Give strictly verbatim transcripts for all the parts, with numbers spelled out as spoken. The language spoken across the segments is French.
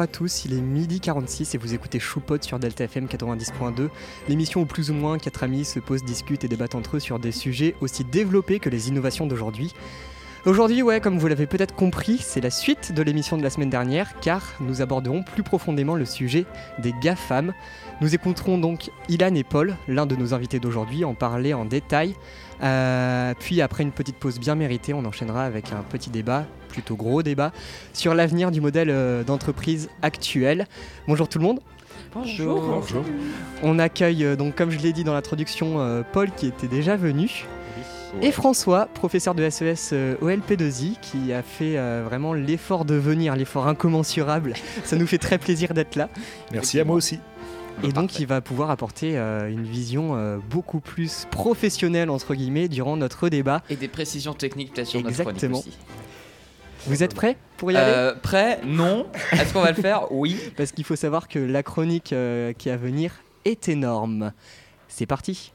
à tous, il est midi quarante-six et vous écoutez Choupot sur Delta F M quatre-vingt-dix point deux, l'émission où plus ou moins quatre amis se posent, discutent et débattent entre eux sur des sujets aussi développés que les innovations d'aujourd'hui. Aujourd'hui, ouais, comme vous l'avez peut-être compris, c'est la suite de l'émission de la semaine dernière, car nous aborderons plus profondément le sujet des GAFAM. Nous écouterons donc Ilan et Paul, l'un de nos invités d'aujourd'hui, en parler en détail. Euh, puis après une petite pause bien méritée, on enchaînera avec un petit débat, plutôt gros débat, sur l'avenir du modèle euh, d'entreprise actuel. Bonjour tout le monde. Bonjour. Bonjour. On accueille euh, donc, comme je l'ai dit dans l'introduction, euh, Paul qui était déjà venu. Et François, professeur de S E S euh, O L P deux I, qui a fait euh, vraiment l'effort de venir, l'effort incommensurable. Ça nous fait très plaisir d'être là. Merci à moi aussi. Et donc il va pouvoir apporter euh, une vision euh, beaucoup plus professionnelle, entre guillemets, durant notre débat. Et des précisions techniques peut-être sur Exactement. notre chronique aussi. Vous êtes prêts pour y aller ? euh, Prêt ? Non. Est-ce qu'on va le faire ? Oui. Parce qu'il faut savoir que la chronique euh, qui est à venir est énorme. C'est parti.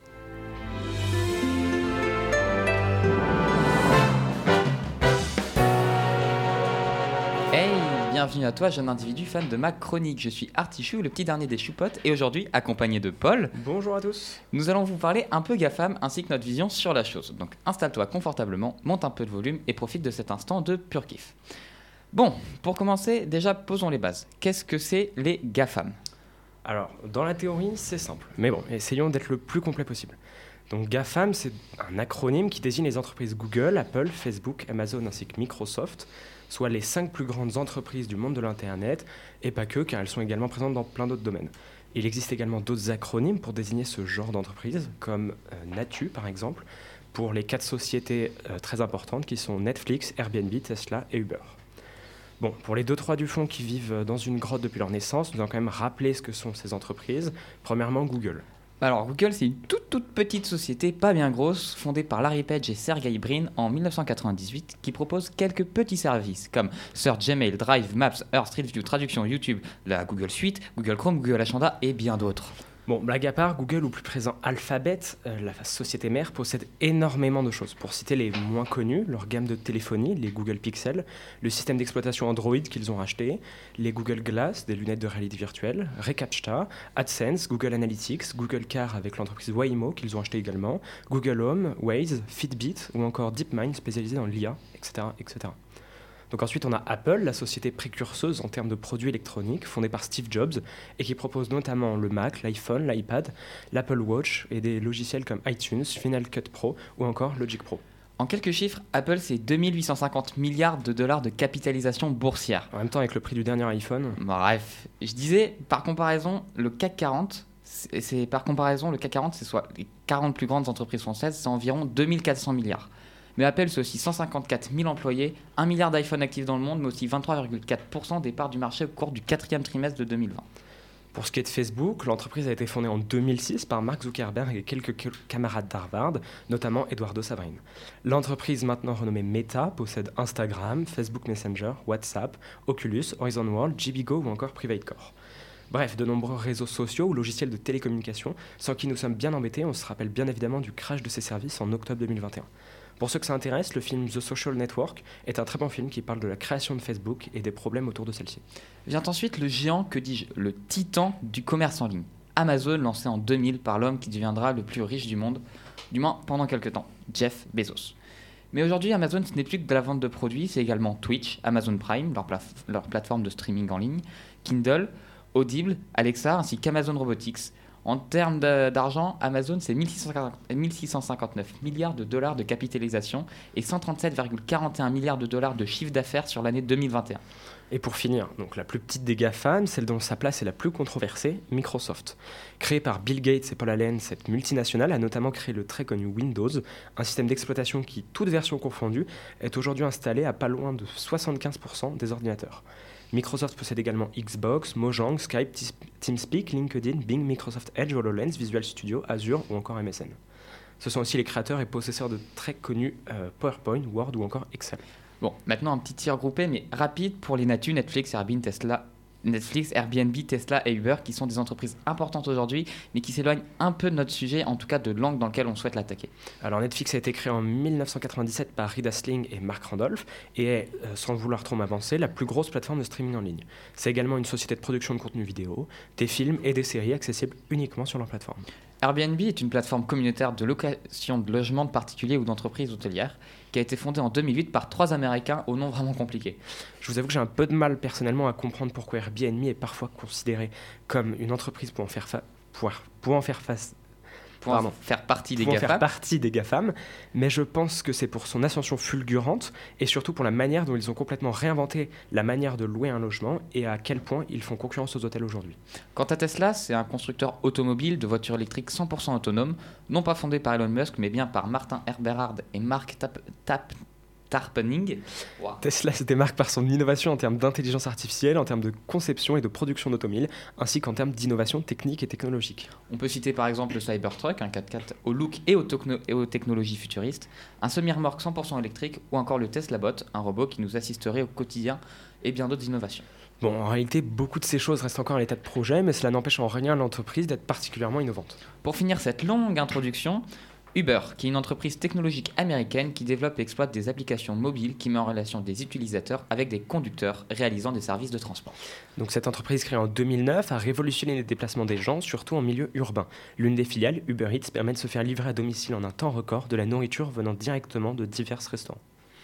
Bienvenue à toi, jeune individu fan de ma chronique. Je suis Artichou, le petit dernier des choupottes, et aujourd'hui, accompagné de Paul. Bonjour à tous. Nous allons vous parler un peu GAFAM ainsi que notre vision sur la chose. Donc installe-toi confortablement, monte un peu de volume et profite de cet instant de pur kiff. Bon, pour commencer, déjà posons les bases. Qu'est-ce que c'est les GAFAM ? Alors, dans la théorie, c'est simple. Mais bon, essayons d'être le plus complet possible. Donc GAFAM, c'est un acronyme qui désigne les entreprises Google, Apple, Facebook, Amazon ainsi que Microsoft, soit les cinq plus grandes entreprises du monde de l'Internet, et pas que, car elles sont également présentes dans plein d'autres domaines. Il existe également d'autres acronymes pour désigner ce genre d'entreprise, comme euh, Natu par exemple, pour les quatre sociétés euh, très importantes qui sont Netflix, Airbnb, Tesla et Uber. Bon, pour les deux trois du fond qui vivent dans une grotte depuis leur naissance, nous allons quand même rappeler ce que sont ces entreprises. Premièrement, Google. Alors Google, c'est une toute toute petite société, pas bien grosse, fondée par Larry Page et Sergey Brin en dix-neuf cent quatre-vingt-dix-huit, qui propose quelques petits services comme Search, Gmail, Drive, Maps, Earth, Street View, Traduction, YouTube, la Google Suite, Google Chrome, Google Agenda et bien d'autres. Bon, blague à part, Google, ou plus présent Alphabet, euh, la société mère, possède énormément de choses. Pour citer les moins connus, leur gamme de téléphonie, les Google Pixel, le système d'exploitation Android qu'ils ont racheté, les Google Glass, des lunettes de réalité virtuelle, Recaptcha, AdSense, Google Analytics, Google Car avec l'entreprise Waymo qu'ils ont acheté également, Google Home, Waze, Fitbit ou encore DeepMind spécialisé dans l'I A, et cetera, et cetera. Donc ensuite, on a Apple, la société précurseuse en termes de produits électroniques, fondée par Steve Jobs, et qui propose notamment le Mac, l'iPhone, l'iPad, l'Apple Watch et des logiciels comme iTunes, Final Cut Pro ou encore Logic Pro. En quelques chiffres, Apple, c'est deux mille huit cent cinquante milliards de dollars de capitalisation boursière. En même temps, avec le prix du dernier iPhone... Bref, je disais, par comparaison, le C A C quarante, c'est, c'est, par comparaison, le C A C quarante, c'est soit les quarante plus grandes entreprises françaises, c'est environ deux mille quatre cents milliards. Mais Apple, c'est aussi cent cinquante-quatre mille employés, un milliard d'iPhone actifs dans le monde, mais aussi vingt-trois virgule quatre pour cent des parts du marché au cours du quatrième trimestre de deux mille vingt. Pour ce qui est de Facebook, l'entreprise a été fondée en deux mille six par Mark Zuckerberg et quelques camarades d'Harvard, notamment Eduardo Saverin. L'entreprise maintenant renommée Meta possède Instagram, Facebook Messenger, WhatsApp, Oculus, Horizon World, G B Go ou encore PrivateCore. Bref, de nombreux réseaux sociaux ou logiciels de télécommunication, sans qui nous sommes bien embêtés. On se rappelle bien évidemment du crash de ces services en octobre deux mille vingt et un. Pour ceux que ça intéresse, le film The Social Network est un très bon film qui parle de la création de Facebook et des problèmes autour de celle-ci. Vient ensuite le géant, que dis-je, le titan du commerce en ligne. Amazon, lancé en deux mille par l'homme qui deviendra le plus riche du monde, du moins pendant quelques temps, Jeff Bezos. Mais aujourd'hui, Amazon, ce n'est plus que de la vente de produits, c'est également Twitch, Amazon Prime, leur, plaf- leur plateforme de streaming en ligne, Kindle, Audible, Alexa, ainsi qu'Amazon Robotics. En termes d'argent, Amazon, c'est mille six cent cinquante-neuf milliards de dollars de capitalisation et cent trente-sept virgule quarante et un milliards de dollars de chiffre d'affaires sur l'année deux mille vingt et un. Et pour finir, donc la plus petite des GAFAM, celle dont sa place est la plus controversée, Microsoft. Créée par Bill Gates et Paul Allen, cette multinationale a notamment créé le très connu Windows, un système d'exploitation qui, toutes versions confondues, est aujourd'hui installé à pas loin de soixante-quinze pour cent des ordinateurs. Microsoft possède également Xbox, Mojang, Skype, TeamSpeak, LinkedIn, Bing, Microsoft Edge, HoloLens, Visual Studio, Azure ou encore M S N. Ce sont aussi les créateurs et possesseurs de très connus euh, PowerPoint, Word ou encore Excel. Bon, maintenant un petit tir groupé mais rapide pour les Natu, Netflix, Airbnb, Tesla Netflix, Airbnb, Tesla et Uber, qui sont des entreprises importantes aujourd'hui, mais qui s'éloignent un peu de notre sujet, en tout cas de l'angle dans lequel on souhaite l'attaquer. Alors Netflix a été créé en dix-neuf cent quatre-vingt-dix-sept par Reed Hastings et Mark Randolph et est, euh, sans vouloir trop m'avancer, la plus grosse plateforme de streaming en ligne. C'est également une société de production de contenu vidéo, des films et des séries accessibles uniquement sur leur plateforme. Airbnb est une plateforme communautaire de location de logements de particuliers ou d'entreprises hôtelières qui a été fondée en deux mille huit par trois Américains au nom vraiment compliqué. Je vous avoue que j'ai un peu de mal personnellement à comprendre pourquoi Airbnb est parfois considéré comme une entreprise pouvant faire, fa- pouvoir- pouvant faire face... Pour Pardon. faire partie des pouvant faire GAFAM. partie des GAFAM, mais je pense que c'est pour son ascension fulgurante et surtout pour la manière dont ils ont complètement réinventé la manière de louer un logement et à quel point ils font concurrence aux hôtels aujourd'hui. Quant à Tesla, c'est un constructeur automobile de voitures électriques cent pour cent autonomes, non pas fondé par Elon Musk, mais bien par Martin Eberhard et Mark Tap- Tap- Tarpenning. Wow. Tesla se démarque par son innovation en termes d'intelligence artificielle, en termes de conception et de production d'automobiles, ainsi qu'en termes d'innovation technique et technologique. On peut citer par exemple le Cybertruck, un quatre-quatre au look et aux, techno- et aux technologies futuristes, un semi-remorque cent pour cent électrique ou encore le Tesla Bot, un robot qui nous assisterait au quotidien et bien d'autres innovations. Bon, en réalité, beaucoup de ces choses restent encore à l'état de projet, mais cela n'empêche en rien l'entreprise d'être particulièrement innovante. Pour finir cette longue introduction, Uber, qui est une entreprise technologique américaine qui développe et exploite des applications mobiles qui met en relation des utilisateurs avec des conducteurs réalisant des services de transport. Donc cette entreprise créée en deux mille neuf a révolutionné les déplacements des gens, surtout en milieu urbain. L'une des filiales, Uber Eats, permet de se faire livrer à domicile en un temps record de la nourriture venant directement de divers restaurants.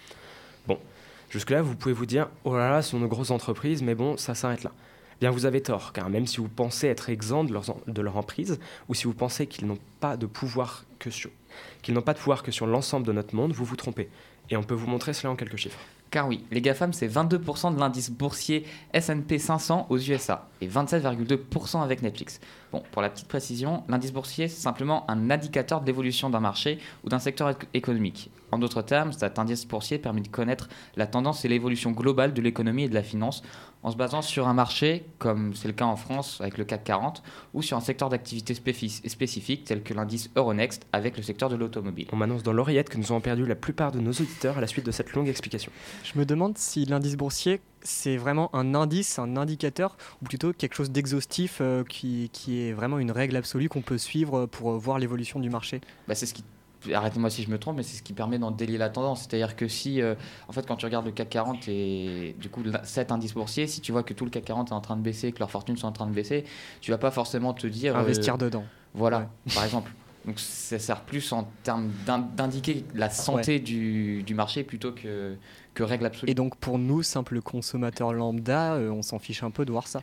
Bon, jusque-là, vous pouvez vous dire « Oh là là, ce sont de grosses entreprises, mais bon, ça s'arrête là ». Bien, vous avez tort, car même si vous pensez être exempt de leur, de leur emprise, ou si vous pensez qu'ils n'ont pas de pouvoir que sur, qu'ils n'ont pas de pouvoir que sur l'ensemble de notre monde, vous vous trompez. Et on peut vous montrer cela en quelques chiffres. Car oui, les GAFAM, c'est vingt-deux pour cent de l'indice boursier S and P cinq cents aux U S A et vingt-sept virgule deux pour cent avec Netflix. Bon, pour la petite précision, l'indice boursier, c'est simplement un indicateur de l'évolution d'un marché ou d'un secteur éco- économique. En d'autres termes, cet indice boursier permet de connaître la tendance et l'évolution globale de l'économie et de la finance en se basant sur un marché, comme c'est le cas en France avec le C A C quarante, ou sur un secteur d'activité spéfi- spécifique tel que l'indice Euronext avec le secteur de l'automobile. On m'annonce dans l'oreillette que nous avons perdu la plupart de nos auditeurs à la suite de cette longue explication. Je me demande si l'indice boursier, c'est vraiment un indice, un indicateur, ou plutôt quelque chose d'exhaustif euh, qui, qui est vraiment une règle absolue qu'on peut suivre pour euh, voir l'évolution du marché. Bah, c'est ce qui Arrêtez-moi si je me trompe, mais c'est ce qui permet d'en délier la tendance. C'est-à-dire que si, euh, en fait, quand tu regardes le C A C quarante et du coup sept indices boursiers, si tu vois que tout le C A C quarante est en train de baisser, que leurs fortunes sont en train de baisser, tu vas pas forcément te dire Investir euh, dedans. Voilà, Ouais. par exemple. Donc ça sert plus en termes d'in- d'indiquer la santé Ouais. du, du marché plutôt que, que règle absolue. Et donc pour nous, simples consommateurs lambda, euh, on s'en fiche un peu de voir ça.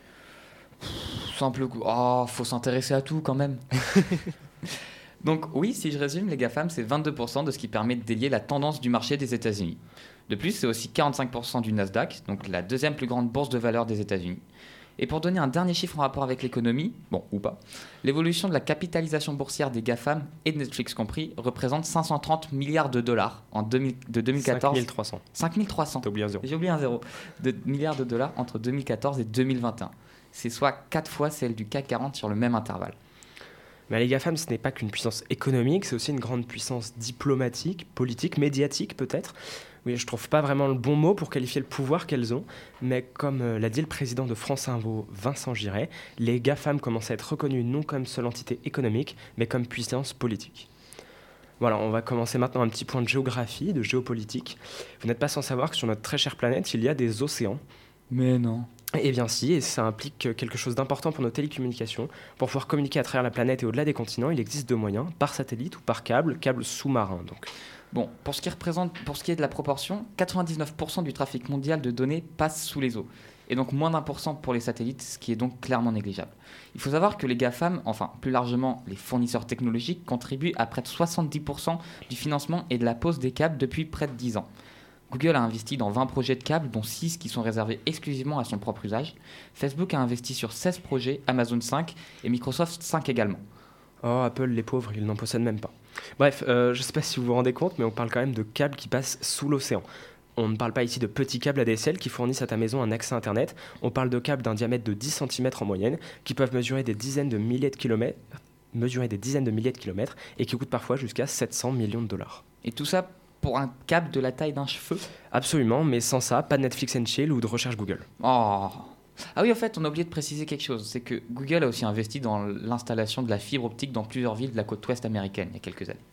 Simple coup. Oh, faut s'intéresser à tout quand même. Donc oui, si je résume, les GAFAM, c'est vingt-deux pour cent de ce qui permet de délier la tendance du marché des États-Unis. De plus, c'est aussi quarante-cinq pour cent du Nasdaq, donc la deuxième plus grande bourse de valeur des États-Unis. Et pour donner un dernier chiffre en rapport avec l'économie, bon, ou pas, l'évolution de la capitalisation boursière des GAFAM, et de Netflix compris, représente cinq cent trente milliards de dollars en deux mille, de deux mille quatorze. cinq mille trois cents. cinq mille trois cents. T'as oublié un zéro. J'ai oublié un zéro. De milliards de dollars entre deux mille quatorze et deux mille vingt et un. C'est soit quatre fois celle du C A C quarante sur le même intervalle. Mais les GAFAM, ce n'est pas qu'une puissance économique, c'est aussi une grande puissance diplomatique, politique, médiatique peut-être. Oui, je trouve pas vraiment le bon mot pour qualifier le pouvoir qu'elles ont, mais comme euh, l'a dit le président de France Info, Vincent Giret, les GAFAM commencent à être reconnus non comme seule entité économique, mais comme puissance politique. Voilà, on va commencer maintenant un petit point de géographie, de géopolitique. Vous n'êtes pas sans savoir que sur notre très chère planète, il y a des océans. Mais non. Eh bien si, et ça implique quelque chose d'important pour nos télécommunications. Pour pouvoir communiquer à travers la planète et au-delà des continents, il existe deux moyens, par satellite ou par câble, câble sous-marin donc. Bon, pour ce qui représente, pour ce qui est de la proportion, quatre-vingt-dix-neuf pour cent du trafic mondial de données passe sous les eaux. Et donc moins d'un pour cent pour les satellites, ce qui est donc clairement négligeable. Il faut savoir que les GAFAM, enfin plus largement les fournisseurs technologiques, contribuent à près de soixante-dix pour cent du financement et de la pose des câbles depuis près de dix ans. Google a investi dans vingt projets de câbles, dont six qui sont réservés exclusivement à son propre usage. Facebook a investi sur seize projets, Amazon cinq et Microsoft cinq également. Oh, Apple, les pauvres, ils n'en possèdent même pas. Bref, euh, je ne sais pas si vous vous rendez compte, mais on parle quand même de câbles qui passent sous l'océan. On ne parle pas ici de petits câbles A D S L qui fournissent à ta maison un accès Internet. On parle de câbles d'un diamètre de dix centimètres en moyenne, qui peuvent mesurer des dizaines de milliers de kilomètres, mesurer des dizaines de milliers de kilomètres et qui coûtent parfois jusqu'à sept cents millions de dollars. Et tout ça pour un câble de la taille d'un cheveu ? Absolument, mais sans ça, pas de Netflix and Chill ou de recherche Google. Oh, Ah oui, en fait, on a oublié de préciser quelque chose. C'est que Google a aussi investi dans l'installation de la fibre optique dans plusieurs villes de la côte ouest américaine il y a quelques années.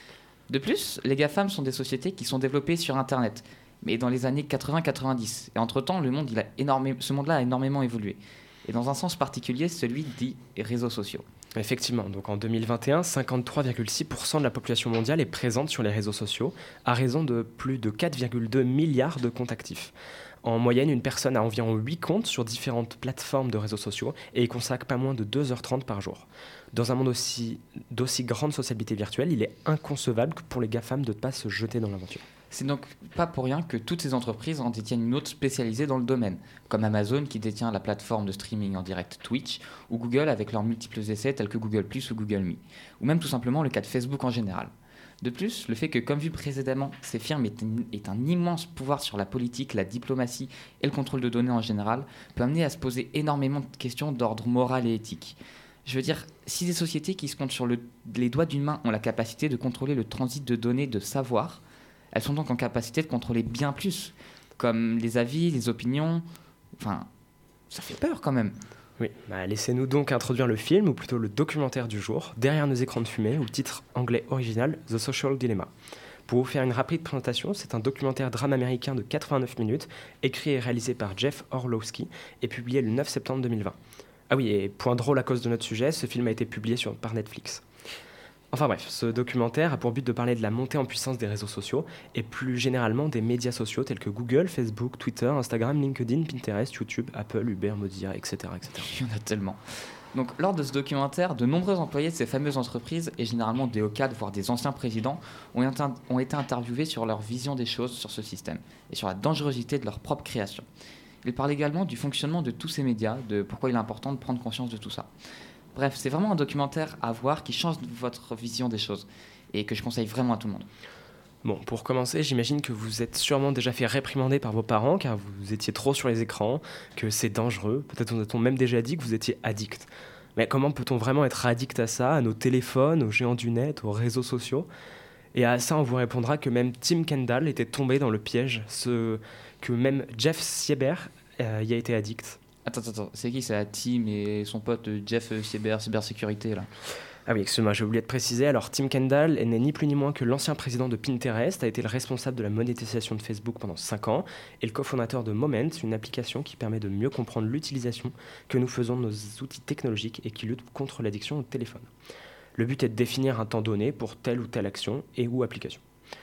De plus, les GAFAM sont des sociétés qui sont développées sur Internet, mais dans les années quatre-vingts quatre-vingt-dix. Et entre-temps, le monde, il a énorme... ce monde-là a énormément évolué. Et dans un sens particulier, celui des réseaux sociaux. Effectivement, donc en deux mille vingt et un, cinquante-trois virgule six pour cent de la population mondiale est présente sur les réseaux sociaux, à raison de plus de quatre virgule deux milliards de comptes actifs. En moyenne, une personne a environ huit comptes sur différentes plateformes de réseaux sociaux et y consacre pas moins de deux heures trente par jour. Dans un monde aussi, d'aussi grande sociabilité virtuelle, il est inconcevable pour les GAFAM de ne pas se jeter dans l'aventure. C'est donc pas pour rien que toutes ces entreprises en détiennent une autre spécialisée dans le domaine, comme Amazon qui détient la plateforme de streaming en direct Twitch, ou Google avec leurs multiples essais tels que Google plus ou Google Me, ou même tout simplement le cas de Facebook en général. De plus, le fait que, comme vu précédemment, ces firmes aient un, aient un immense pouvoir sur la politique, la diplomatie et le contrôle de données en général, peut amener à se poser énormément de questions d'ordre moral et éthique. Je veux dire, si des sociétés qui se comptent sur le, les doigts d'une main ont la capacité de contrôler le transit de données de savoir, elles sont donc en capacité de contrôler bien plus, comme les avis, les opinions. Enfin, ça fait peur quand même. Oui, bah laissez-nous donc introduire le film, ou plutôt le documentaire du jour, Derrière nos écrans de fumée, ou titre anglais original, The Social Dilemma. Pour vous faire une rapide présentation, c'est un documentaire drame américain de quatre-vingt-neuf minutes, écrit et réalisé par Jeff Orlowski, et publié le neuf septembre deux mille vingt. Ah oui, et point drôle à cause de notre sujet, ce film a été publié sur, par Netflix. Enfin bref, ce documentaire a pour but de parler de la montée en puissance des réseaux sociaux et plus généralement des médias sociaux tels que Google, Facebook, Twitter, Instagram, LinkedIn, Pinterest, YouTube, Apple, Uber, Mozilla, et cetera, et cetera. Il y en a tellement. Donc, lors de ce documentaire, de nombreux employés de ces fameuses entreprises, et généralement des hauts cadres, voire des anciens présidents, ont, inter- ont été interviewés sur leur vision des choses sur ce système et sur la dangerosité de leur propre création. Ils parlent également du fonctionnement de tous ces médias, de pourquoi il est important de prendre conscience de tout ça. Bref, c'est vraiment un documentaire à voir qui change votre vision des choses et que je conseille vraiment à tout le monde. Bon, pour commencer, j'imagine que vous êtes sûrement déjà fait réprimander par vos parents car vous étiez trop sur les écrans, que c'est dangereux. Peut-être vous a-t-on même déjà dit que vous étiez addict. Mais comment peut-on vraiment être addict à ça, à nos téléphones, aux géants du net, aux réseaux sociaux ? Et à ça, on vous répondra que même Tim Kendall était tombé dans le piège, ce... que même Jeff Sieber euh, y a été addict. Attends, attends, c'est qui? C'est la team et son pote Jeff Cyber, Cybersécurité là. Ah oui, excuse-moi, j'ai oublié de préciser. Alors, Tim Kendall n'est ni plus ni moins que l'ancien président de Pinterest, a été le responsable de la monétisation de Facebook pendant cinq ans, et le cofondateur de Moment, une application qui permet de mieux comprendre l'utilisation que nous faisons de nos outils technologiques et qui lutte contre l'addiction au téléphone. Le but est de définir un temps donné pour telle ou telle action et ou application.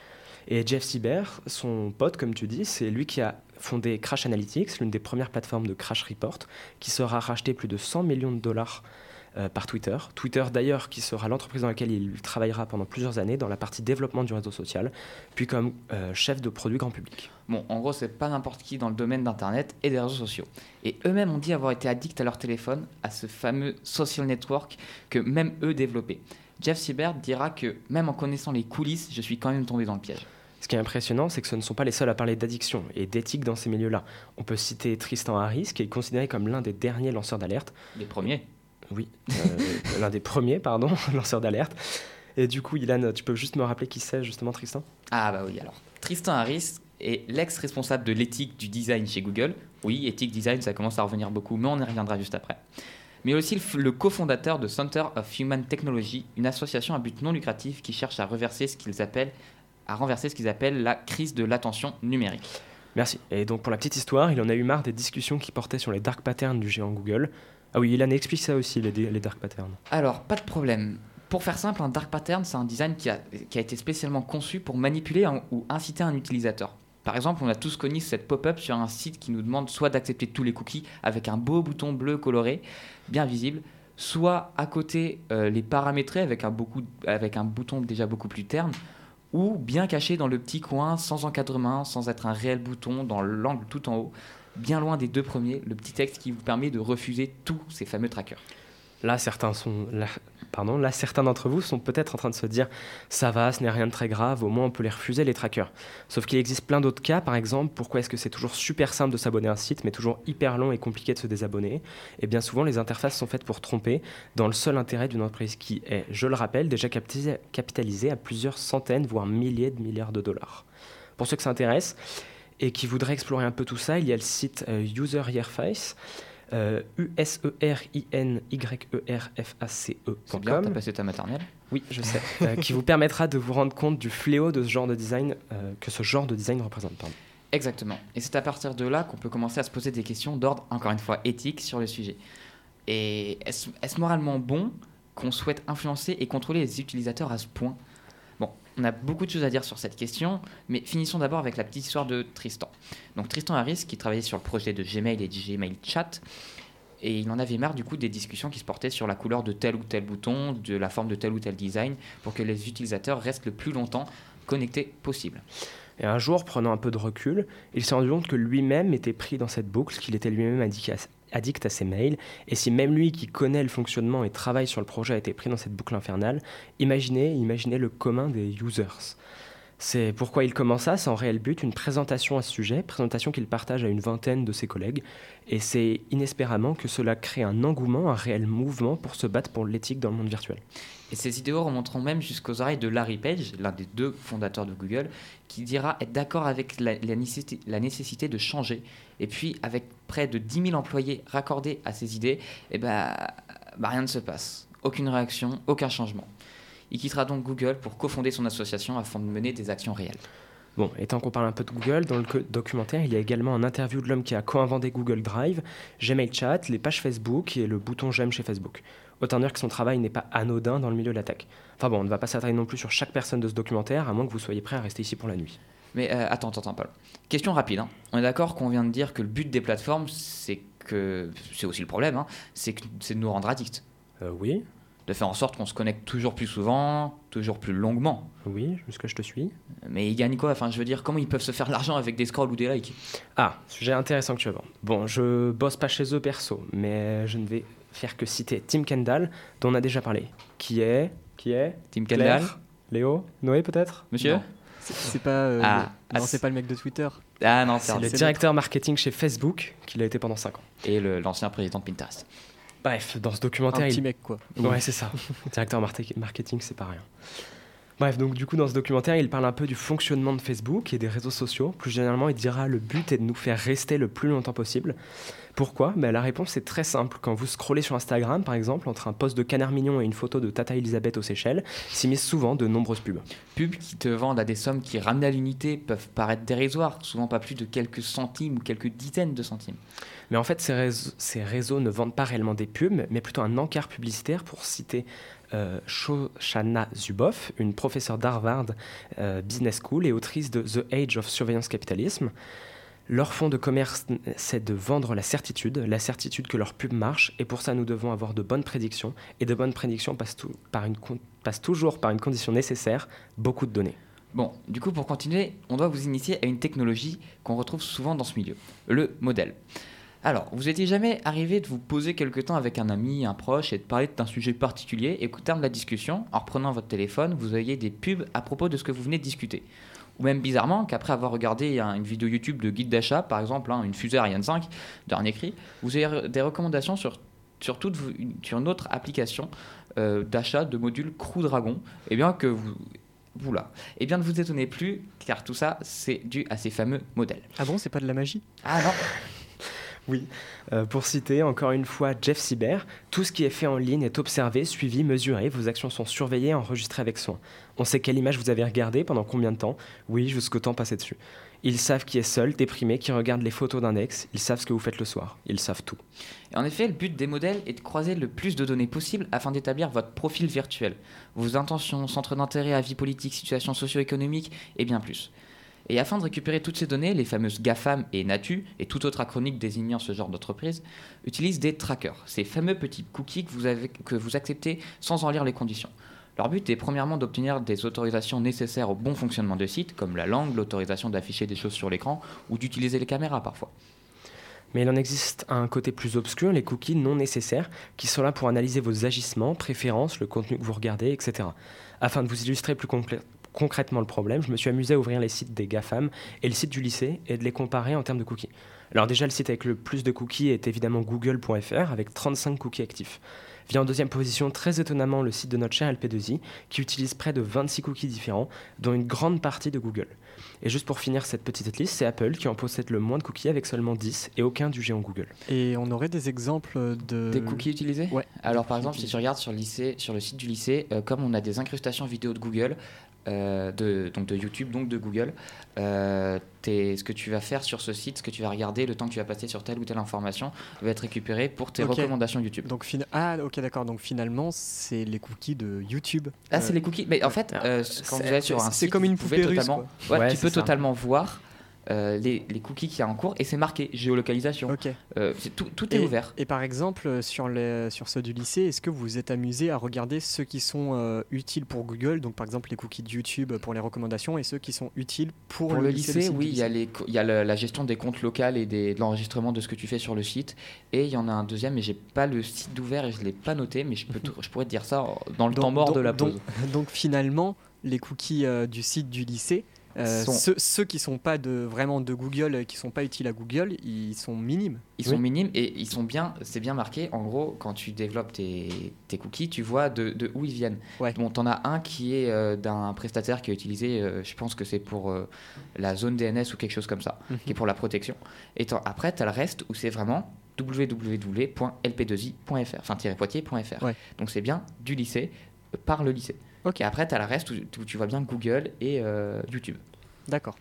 Et Jeff Cyber, son pote, comme tu dis, c'est lui qui a fondé Crash Analytics, l'une des premières plateformes de crash report, qui sera rachetée plus de cent millions de dollars euh, par Twitter. Twitter, d'ailleurs, qui sera l'entreprise dans laquelle il travaillera pendant plusieurs années dans la partie développement du réseau social, puis comme euh, chef de produit grand public. Bon, en gros, c'est pas n'importe qui dans le domaine d'Internet et des réseaux sociaux. Et eux-mêmes ont dit avoir été addicts à leur téléphone, à ce fameux social network que même eux développaient. Jeff Cyber dira que même en connaissant les coulisses, je suis quand même tombé dans le piège. Ce qui est impressionnant, c'est que ce ne sont pas les seuls à parler d'addiction et d'éthique dans ces milieux-là. On peut citer Tristan Harris, qui est considéré comme l'un des derniers lanceurs d'alerte. Les premiers. Oui, euh, l'un des premiers, pardon, lanceurs d'alerte. Et du coup, Ilan, tu peux juste me rappeler qui c'est justement Tristan ? Ah bah oui, alors. Tristan Harris est l'ex-responsable de l'éthique du design chez Google. Oui, éthique design, ça commence à revenir beaucoup, mais on y reviendra juste après. Mais aussi le, le cofondateur de Center of Human Technology, une association à but non lucratif qui cherche à reverser ce qu'ils appellent à renverser ce qu'ils appellent la crise de l'attention numérique. Merci. Et donc pour la petite histoire, il en a eu marre des discussions qui portaient sur les dark patterns du géant Google. Ah oui, Ilan explique ça aussi, les, les dark patterns. Alors, pas de problème. Pour faire simple, un dark pattern, c'est un design qui a, qui a été spécialement conçu pour manipuler un, ou inciter un utilisateur. Par exemple, on a tous connu cette pop-up sur un site qui nous demande soit d'accepter tous les cookies avec un beau bouton bleu coloré, bien visible, soit à côté euh, les paramétrer avec un, beaucoup, avec un bouton déjà beaucoup plus terne, ou bien caché dans le petit coin, sans encadrement, sans être un réel bouton, dans l'angle tout en haut, bien loin des deux premiers, le petit texte qui vous permet de refuser tous ces fameux trackers. Là, certains, sont, là, pardon, là, certains d'entre vous sont peut-être en train de se dire « ça va, ce n'est rien de très grave, au moins on peut les refuser, les trackers ». Sauf qu'il existe plein d'autres cas, par exemple, pourquoi est-ce que c'est toujours super simple de s'abonner à un site, mais toujours hyper long et compliqué de se désabonner ? Et bien souvent, les interfaces sont faites pour tromper, dans le seul intérêt d'une entreprise qui est, je le rappelle, déjà capitalisée à plusieurs centaines, voire milliers de milliards de dollars. Pour ceux que ça intéresse, et qui voudraient explorer un peu tout ça, il y a le site euh, User Interface, euh, U S E R I N Y E R F A C E point com. C'est bien, t'as passé ta maternelle. Oui, je sais. euh, qui vous permettra de vous rendre compte du fléau de ce genre de design, euh, que ce genre de design représente. Pardon. Exactement. Et c'est à partir de là qu'on peut commencer à se poser des questions d'ordre, encore une fois, éthique sur le sujet. Et est-ce, est-ce moralement bon qu'on souhaite influencer et contrôler les utilisateurs à ce point ? Bon, on a beaucoup de choses à dire sur cette question, mais finissons d'abord avec la petite histoire de Tristan. Donc Tristan Harris, qui travaillait sur le projet de Gmail et de Gmail Chat, et il en avait marre du coup des discussions qui se portaient sur la couleur de tel ou tel bouton, de la forme de tel ou tel design, pour que les utilisateurs restent le plus longtemps connectés possible. Et un jour, prenant un peu de recul, il s'est rendu compte que lui-même était pris dans cette boucle, qu'il était lui-même addict à ses mails. Et si même lui, qui connaît le fonctionnement et travaille sur le projet, a été pris dans cette boucle infernale, imaginez, imaginez le commun des users. C'est pourquoi il commença, c'est en réel but, une présentation à ce sujet, présentation qu'il partage à une vingtaine de ses collègues. Et c'est inespérément que cela crée un engouement, un réel mouvement pour se battre pour l'éthique dans le monde virtuel. Et ces idéaux remonteront même jusqu'aux oreilles de Larry Page, l'un des deux fondateurs de Google, qui dira être d'accord avec la, la, nécessité, la nécessité de changer. Et puis, avec près de dix mille employés raccordés à ces idées, eh ben, bah, rien ne se passe. Aucune réaction, aucun changement. Il quittera donc Google pour cofonder son association afin de mener des actions réelles. Bon, et tant qu'on parle un peu de Google, dans le co- documentaire, il y a également un interview de l'homme qui a co-inventé Google Drive, Gmail Chat, les pages Facebook et le bouton j'aime chez Facebook. Autant dire que son travail n'est pas anodin dans le milieu de la tech. Enfin bon, on ne va pas s'attarder non plus sur chaque personne de ce documentaire, à moins que vous soyez prêts à rester ici pour la nuit. Mais euh, attends, attends, Paul. Question rapide. Hein. On est d'accord qu'on vient de dire que le but des plateformes, c'est que... C'est aussi le problème, hein, c'est, que, c'est de nous rendre addicts. Euh, oui. De faire en sorte qu'on se connecte toujours plus souvent, toujours plus longuement. Oui, jusque je te suis. Mais ils gagnent quoi ? Enfin, je veux dire, comment ils peuvent se faire de l'argent avec des scrolls ou des likes ? Ah, sujet intéressant que tu abordes. Bon, je bosse pas chez eux perso, mais je ne vais faire que citer Tim Kendall, dont on a déjà parlé. Qui est Qui est Tim Claire, Kendall ? Léo, Noé peut-être ? Monsieur ? Non. C'est, c'est pas. Euh, Ah, le... Non, ah, c'est pas le mec de Twitter. Ah non, C'est c'est le c'est directeur marketing chez Facebook, qu'il a été pendant cinq ans. Et le, l'ancien président de Pinterest. Bref, dans ce Un documentaire, petit il... mec, quoi. Ouais, c'est ça. Directeur marti- marketing, c'est pas rien. Bref, donc du coup, dans ce documentaire, il parle un peu du fonctionnement de Facebook et des réseaux sociaux. Plus généralement, il dira le but est de nous faire rester le plus longtemps possible. Pourquoi ? Ben, la réponse est très simple. Quand vous scrollez sur Instagram, par exemple, entre un post de canard mignon et une photo de Tata Elisabeth aux Seychelles, s'y met souvent de nombreuses pubs. Pubs qui te vendent à des sommes qui, ramenées à l'unité, peuvent paraître dérisoires, souvent pas plus de quelques centimes ou quelques dizaines de centimes. Mais en fait, ces réseaux, ces réseaux ne vendent pas réellement des pubs, mais plutôt un encart publicitaire, pour citer euh, Shoshana Zuboff, une professeure d'Harvard euh, Business School et autrice de The Age of Surveillance Capitalism. Leur fond de commerce, c'est de vendre la certitude, la certitude que leur pub marche, et pour ça, nous devons avoir de bonnes prédictions, et de bonnes prédictions passent, tout, par une, passent toujours par une condition nécessaire, beaucoup de données. Bon, du coup, pour continuer, on doit vous initier à une technologie qu'on retrouve souvent dans ce milieu, le modèle. Alors, vous étiez jamais arrivé de vous poser quelque temps avec un ami, un proche, et de parler d'un sujet particulier, et qu'au terme de la discussion, en reprenant votre téléphone, vous ayez des pubs à propos de ce que vous venez de discuter. Ou même bizarrement, qu'après avoir regardé un, une vidéo YouTube de guide d'achat, par exemple, hein, une fusée Ariane cinq, dernier cri, vous ayez des recommandations sur, sur, toute, une, sur une autre application euh, d'achat de modules Crew Dragon, et bien que vous... Oula. Eh bien, ne vous étonnez plus, car tout ça, c'est dû à ces fameux modèles. Ah bon, c'est pas de la magie ? Ah non. Oui, euh, pour citer encore une fois Jeff Sibert, tout ce qui est fait en ligne est observé, suivi, mesuré, vos actions sont surveillées, enregistrées avec soin. On sait quelle image vous avez regardée, pendant combien de temps, oui, jusqu'au temps passé dessus. Ils savent qui est seul, déprimé, qui regarde les photos d'un ex, ils savent ce que vous faites le soir, ils savent tout. Et en effet, le but des modèles est de croiser le plus de données possible afin d'établir votre profil virtuel, vos intentions, centres d'intérêt, avis politiques, situation socio-économique et bien plus. Et afin de récupérer toutes ces données, les fameuses GAFAM et Natu, et toute autre acronyme désignant ce genre d'entreprise, utilisent des trackers, ces fameux petits cookies que vous, avez, que vous acceptez sans en lire les conditions. Leur but est premièrement d'obtenir des autorisations nécessaires au bon fonctionnement de site, comme la langue, l'autorisation d'afficher des choses sur l'écran, ou d'utiliser les caméras parfois. Mais il en existe un côté plus obscur, les cookies non nécessaires, qui sont là pour analyser vos agissements, préférences, le contenu que vous regardez, et cetera. Afin de vous illustrer plus concrètement, concrètement le problème, je me suis amusé à ouvrir les sites des GAFAM et le site du lycée et de les comparer en termes de cookies. Alors déjà, le site avec le plus de cookies est évidemment google point f r avec trente-cinq cookies actifs. Vient en deuxième position, très étonnamment, le site de notre cher L P deux I, qui utilise près de vingt-six cookies différents, dont une grande partie de Google. Et juste pour finir cette petite liste, c'est Apple qui en possède le moins de cookies avec seulement dix et aucun du géant Google. Et on aurait des exemples de... Des cookies utilisés ? Ouais. Alors par exemple, si tu regardes sur le, lycée, sur le site du lycée, euh, comme on a des incrustations vidéo de Google, euh, de, donc de YouTube, donc de Google, euh, ce que tu vas faire sur ce site, ce que tu vas regarder, le temps que tu vas passer sur telle ou telle information, va être récupéré pour tes okay. recommandations YouTube. Donc fina- ah ok d'accord, donc finalement c'est les cookies de YouTube. Ah euh... c'est les cookies, mais en fait euh, quand vous allez sur un c'est site, comme une poupée russe, totalement, quoi. Ouais, ouais, tu peux ça. totalement voir Euh, les, les cookies qu'il y a en cours et c'est marqué géolocalisation. Okay. Euh, c'est tout, tout est et, ouvert. Et par exemple, sur, les, sur ceux du lycée, est-ce que vous vous êtes amusé à regarder ceux qui sont euh, utiles pour Google, donc par exemple les cookies de YouTube pour les recommandations, et ceux qui sont utiles pour, pour le, le lycée, lycée, le oui, il y a, lycée. les, y a le, la gestion des comptes locaux et des, de l'enregistrement de ce que tu fais sur le site. Et il y en a un deuxième, mais j'ai pas le site d'ouvert et je l'ai pas noté, mais je, peux t- je pourrais te dire ça dans le donc, temps mort donc, de la pause. Donc, donc finalement, les cookies euh, du site du lycée, Euh, sont... ceux, ceux qui sont pas de, vraiment de Google, qui sont pas utiles à Google, ils sont minimes. Ils oui. sont minimes et ils sont bien, c'est bien marqué. En gros, quand tu développes tes, tes cookies, tu vois de, de où ils viennent. Ouais. Bon, t'en as un qui est euh, d'un prestataire qui a utilisé, euh, je pense que c'est pour euh, la zone D N S ou quelque chose comme ça, mm-hmm. qui est pour la protection. Et après, tu as le reste où c'est vraiment w w w point l p deux i point f r, enfin poitiers point f r. Ouais. Donc c'est bien du lycée, euh, par le lycée. Okay. Et après, tu as le reste où, où tu vois bien Google et euh, YouTube. D'accord.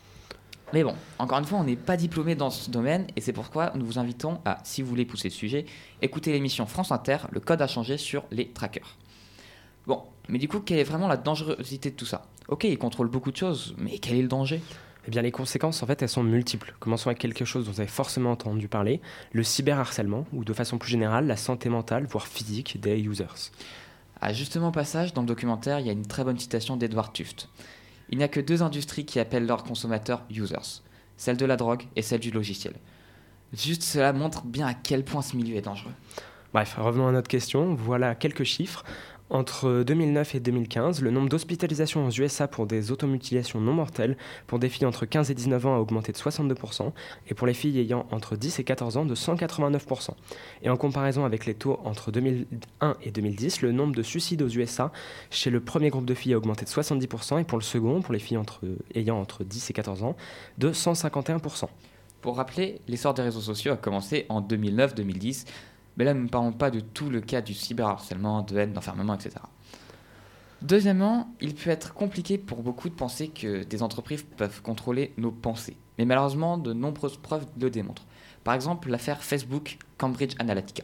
Mais bon, encore une fois, on n'est pas diplômé dans ce domaine et c'est pourquoi nous vous invitons à, si vous voulez pousser le sujet, écouter l'émission France Inter, le code a changé sur les trackers. Bon, mais du coup, quelle est vraiment la dangerosité de tout ça ? Ok, ils contrôlent beaucoup de choses, mais quel est le danger ? Eh bien, les conséquences, en fait, elles sont multiples. Commençons avec quelque chose dont vous avez forcément entendu parler, le cyberharcèlement, ou de façon plus générale, la santé mentale, voire physique, des users. Ah, justement, au passage, dans le documentaire, il y a une très bonne citation d'Edward Tufte. Il n'y a que deux industries qui appellent leurs consommateurs « users », celle de la drogue et celle du logiciel. Juste cela montre bien à quel point ce milieu est dangereux. Bref, revenons à notre question. Voilà quelques chiffres. Entre deux mille neuf et deux mille quinze, le nombre d'hospitalisations aux U S A pour des automutilations non mortelles pour des filles entre quinze et dix-neuf ans a augmenté de soixante-deux pour cent et pour les filles ayant entre dix et quatorze ans de cent quatre-vingt-neuf pour cent. Et en comparaison avec les taux entre deux mille un et deux mille dix, le nombre de suicides aux U S A chez le premier groupe de filles a augmenté de soixante-dix pour cent et pour le second, pour les filles entre, ayant entre dix et quatorze ans, de cent cinquante et un pour cent. Pour rappeler, l'essor des réseaux sociaux a commencé en deux mille neuf deux mille dix. Mais là, nous ne parlons pas de tout le cas du cyberharcèlement, de haine, d'enfermement, et cetera. Deuxièmement, il peut être compliqué pour beaucoup de penser que des entreprises peuvent contrôler nos pensées. Mais malheureusement, de nombreuses preuves le démontrent. Par exemple, l'affaire Facebook Cambridge Analytica.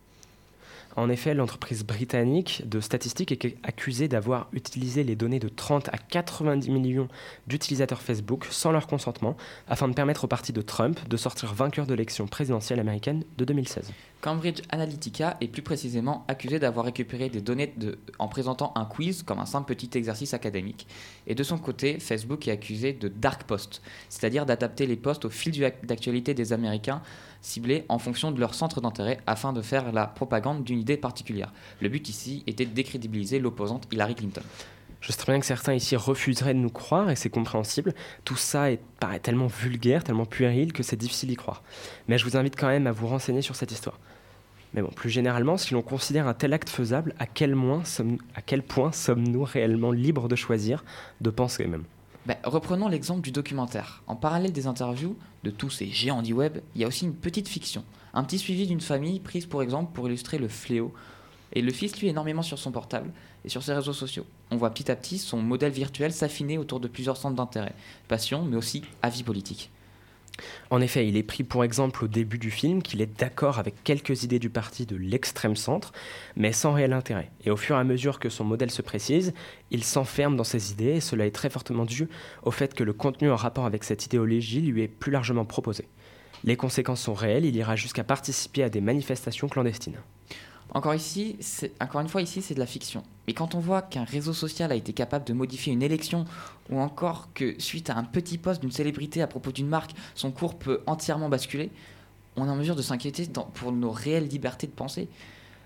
En effet, l'entreprise britannique de statistiques est accusée d'avoir utilisé les données de trente à quatre-vingt-dix millions d'utilisateurs Facebook sans leur consentement, afin de permettre au parti de Trump de sortir vainqueur de l'élection présidentielle américaine de deux mille seize. Cambridge Analytica est plus précisément accusé d'avoir récupéré des données de, en présentant un quiz comme un simple petit exercice académique. Et de son côté, Facebook est accusé de dark post, c'est-à-dire d'adapter les posts au fil d'actualité des Américains ciblés en fonction de leur centre d'intérêt afin de faire la propagande d'une idée particulière. Le but ici était de décrédibiliser l'opposante Hillary Clinton. Je sais très bien que certains ici refuseraient de nous croire et c'est compréhensible. Tout ça est, paraît tellement vulgaire, tellement puéril que c'est difficile d'y croire. Mais je vous invite quand même à vous renseigner sur cette histoire. Mais bon, plus généralement, si l'on considère un tel acte faisable, à quel, moins sommes, à quel point sommes-nous réellement libres de choisir, de penser même ? Ben, reprenons l'exemple du documentaire. En parallèle des interviews de tous ces géants du web, il y a aussi une petite fiction. Un petit suivi d'une famille prise pour exemple pour illustrer le fléau. Et le fils lui énormément sur son portable et sur ses réseaux sociaux. On voit petit à petit son modèle virtuel s'affiner autour de plusieurs centres d'intérêt, passion mais aussi avis politique. En effet, il est pris pour exemple au début du film qu'il est d'accord avec quelques idées du parti de l'extrême centre, mais sans réel intérêt. Et au fur et à mesure que son modèle se précise, il s'enferme dans ses idées et cela est très fortement dû au fait que le contenu en rapport avec cette idéologie lui est plus largement proposé. Les conséquences sont réelles, il ira jusqu'à participer à des manifestations clandestines. Encore, ici, c'est, encore une fois, ici, c'est de la fiction. Mais quand on voit qu'un réseau social a été capable de modifier une élection, ou encore que, suite à un petit post d'une célébrité à propos d'une marque, son cours peut entièrement basculer, on est en mesure de s'inquiéter dans, pour nos réelles libertés de pensée.